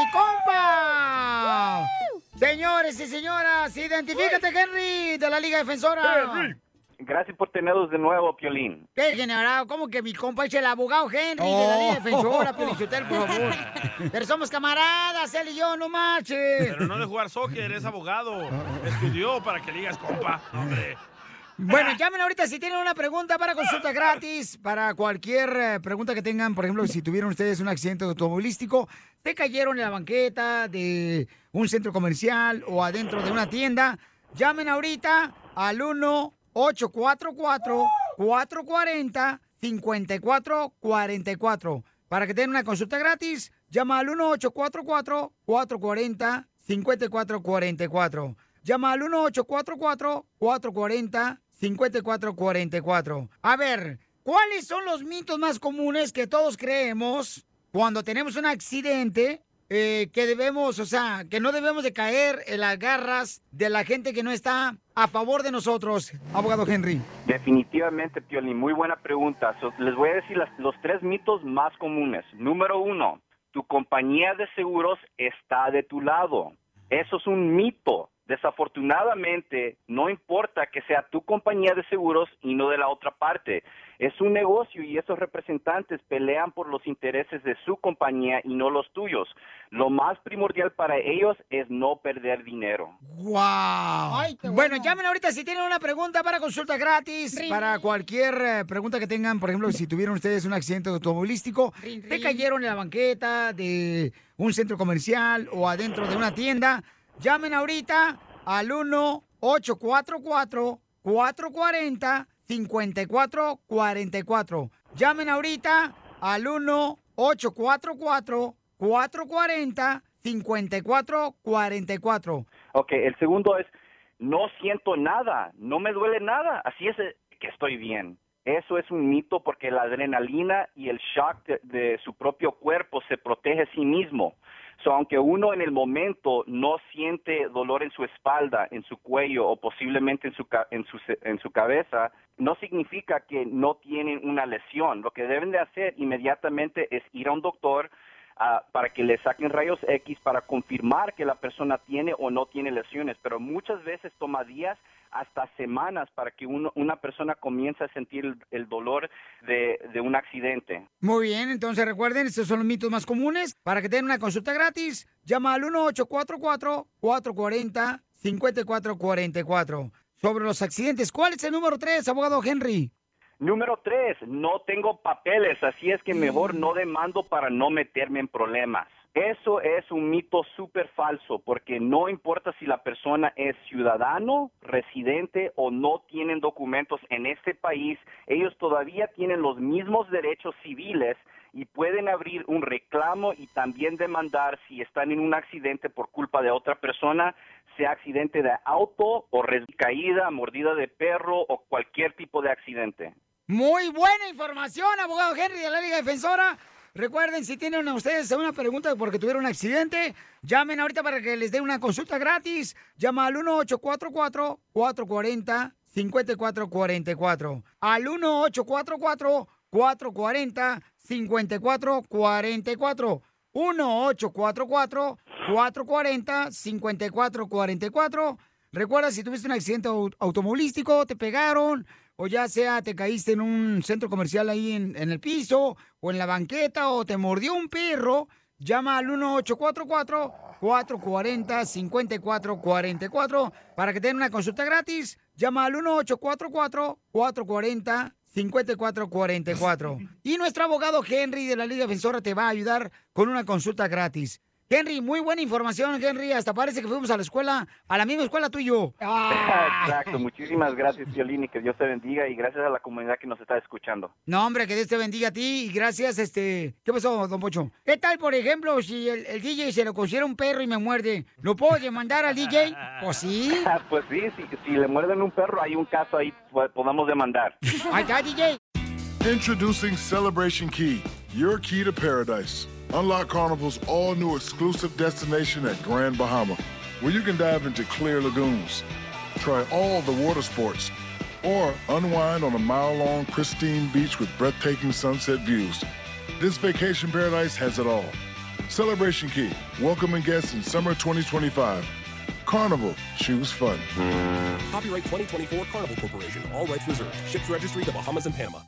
compa. Señores y señoras, identifícate, Henry, de la Liga Defensora. Gracias por tenerlos de nuevo, Piolín. ¿Qué general? ¿Cómo que mi compa es el abogado Henry de la Liga Defensora? Pelichotel, por favor. Pero somos camaradas, él y yo, no marches. Pero no de jugar soccer, es abogado. Estudió para que le digas compa. Hombre. Bueno, llamen ahorita si tienen una pregunta para consulta gratis, para cualquier eh, pregunta que tengan. Por ejemplo, si tuvieron ustedes un accidente automovilístico, se cayeron en la banqueta de un centro comercial o adentro de una tienda, llamen ahorita al uno ocho cuatro cuatro, cuatro cuatro cero, cinco cuatro cuatro cuatro. Para que tengan una consulta gratis, llama al uno ocho cuatro cuatro, cuatro cuatro cero, cinco cuatro cuatro cuatro. Llama al uno ocho cuatro cuatro, cuatro cuatro cero, cinco cuatro cuatro cuatro. A ver, ¿cuáles son los mitos más comunes que todos creemos cuando tenemos un accidente eh, que debemos, o sea, que no debemos de caer en las garras de la gente que no está a favor de nosotros, abogado Henry? Definitivamente, Piolín, muy buena pregunta. So, les voy a decir las- los tres mitos más comunes. Número uno, tu compañía de seguros está de tu lado. Eso es un mito. Desafortunadamente, no importa que sea tu compañía de seguros y no de la otra parte. Es un negocio y esos representantes pelean por los intereses de su compañía y no los tuyos. Lo más primordial para ellos es no perder dinero. ¡Wow! Bueno, llamen ahorita si tienen una pregunta para consulta gratis, para cualquier eh, pregunta que tengan. Por ejemplo, si tuvieron ustedes un accidente automovilístico, se cayeron en la banqueta de un centro comercial o adentro de una tienda, llamen ahorita al uno ocho cuatro cuatro, cuatro cuatro cero, cinco cuatro cuatro cuatro. Llamen ahorita al uno ocho cuatro cuatro, cuatro cuatro cero, cinco cuatro cuatro cuatro. Ok, el segundo es, no siento nada, no me duele nada, así es eh, que estoy bien. Eso es un mito porque la adrenalina y el shock de, de su propio cuerpo se protege a sí mismo. So, aunque uno en el momento no siente dolor en su espalda, en su cuello o posiblemente en su, ca- en su, en su cabeza, no significa que no tienen una lesión. Lo que deben de hacer inmediatamente es ir a un doctor uh, para que le saquen rayos X para confirmar que la persona tiene o no tiene lesiones. Pero muchas veces toma días hasta semanas para que uno, una persona comience a sentir el, el dolor de, de un accidente. Muy bien, entonces recuerden, estos son los mitos más comunes. Para que tengan una consulta gratis, llama al uno ocho cuatro cuatro, cuatro cuatro cero, cinco cuatro cuatro cuatro. Sobre los accidentes, ¿cuál es el número tres, abogado Henry? Número tres, no tengo papeles, así es que mejor no demando para no meterme en problemas. Eso es un mito súper falso, porque no importa si la persona es ciudadano, residente o no tienen documentos en este país, ellos todavía tienen los mismos derechos civiles y pueden abrir un reclamo y también demandar si están en un accidente por culpa de otra persona, sea accidente de auto o res- caída, mordida de perro o cualquier tipo de accidente. Muy buena información, abogado Henry de la Liga Defensora. Recuerden, si tienen ustedes una pregunta porque tuvieron un accidente, llamen ahorita para que les den una consulta gratis. Llama al uno ocho cuatro cuatro, cuatro cuatro cero, cinco cuatro cuatro cuatro. Al uno ocho cuatro cuatro, cuatro cuatro cero, cinco cuatro cuatro cuatro. uno ocho cuatro cuatro, cuatro cuatro cero, cinco cuatro cuatro cuatro. Recuerda, si tuviste un accidente au- automovilístico, te pegaron, o ya sea te caíste en un centro comercial ahí en, en el piso, o en la banqueta, o te mordió un perro, llama al uno ocho cuatro cuatro, cuatro cuatro cero, cinco cuatro cuatro cuatro para que tengan una consulta gratis. Llama al uno ocho cuatro cuatro, cuatro cuatro cero, cinco cuatro cuatro cuatro. Y nuestro abogado Henry de la Liga Defensora te va a ayudar con una consulta gratis. Henry, muy buena información, Henry. Hasta parece que fuimos a la escuela, a la misma escuela tú y yo. ¡Ah! Exacto, muchísimas gracias, Piolín, y que Dios te bendiga, y gracias a la comunidad que nos está escuchando. No, hombre, que Dios te bendiga a ti y gracias, este... ¿Qué pasó, don Pocho? ¿Qué tal, por ejemplo, si el, el D J se lo considera un perro y me muerde? ¿Lo puedo demandar al D J? Pues sí. Pues sí, si, si le muerden un perro, hay un caso ahí, pues, podamos demandar. Ahí está, D J. Introducing Celebration Key, your key to paradise. Unlock Carnival's all-new exclusive destination at Grand Bahama, where you can dive into clear lagoons, try all the water sports, or unwind on a mile-long pristine beach with breathtaking sunset views. This vacation paradise has it all. Celebration Key, welcoming guests in summer twenty twenty-five. Carnival, choose fun. Copyright twenty twenty-four Carnival Corporation. All rights reserved. Ships registry the Bahamas and Panama.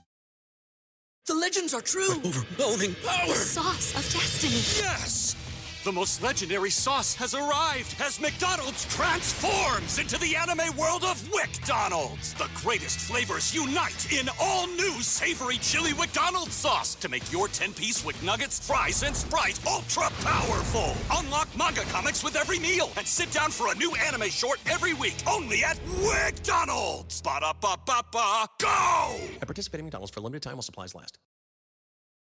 The legends are true. Overwhelming power! The sauce of destiny. Yes! The most legendary sauce has arrived as McDonald's transforms into the anime world of WickDonald's. The greatest flavors unite in all-new savory chili McDonald's sauce to make your ten-piece Wick Nuggets, fries, and Sprite ultra-powerful. Unlock manga comics with every meal and sit down for a new anime short every week only at WickDonald's. Ba-da-ba-ba-ba, go! At participating McDonald's for a limited time while supplies last.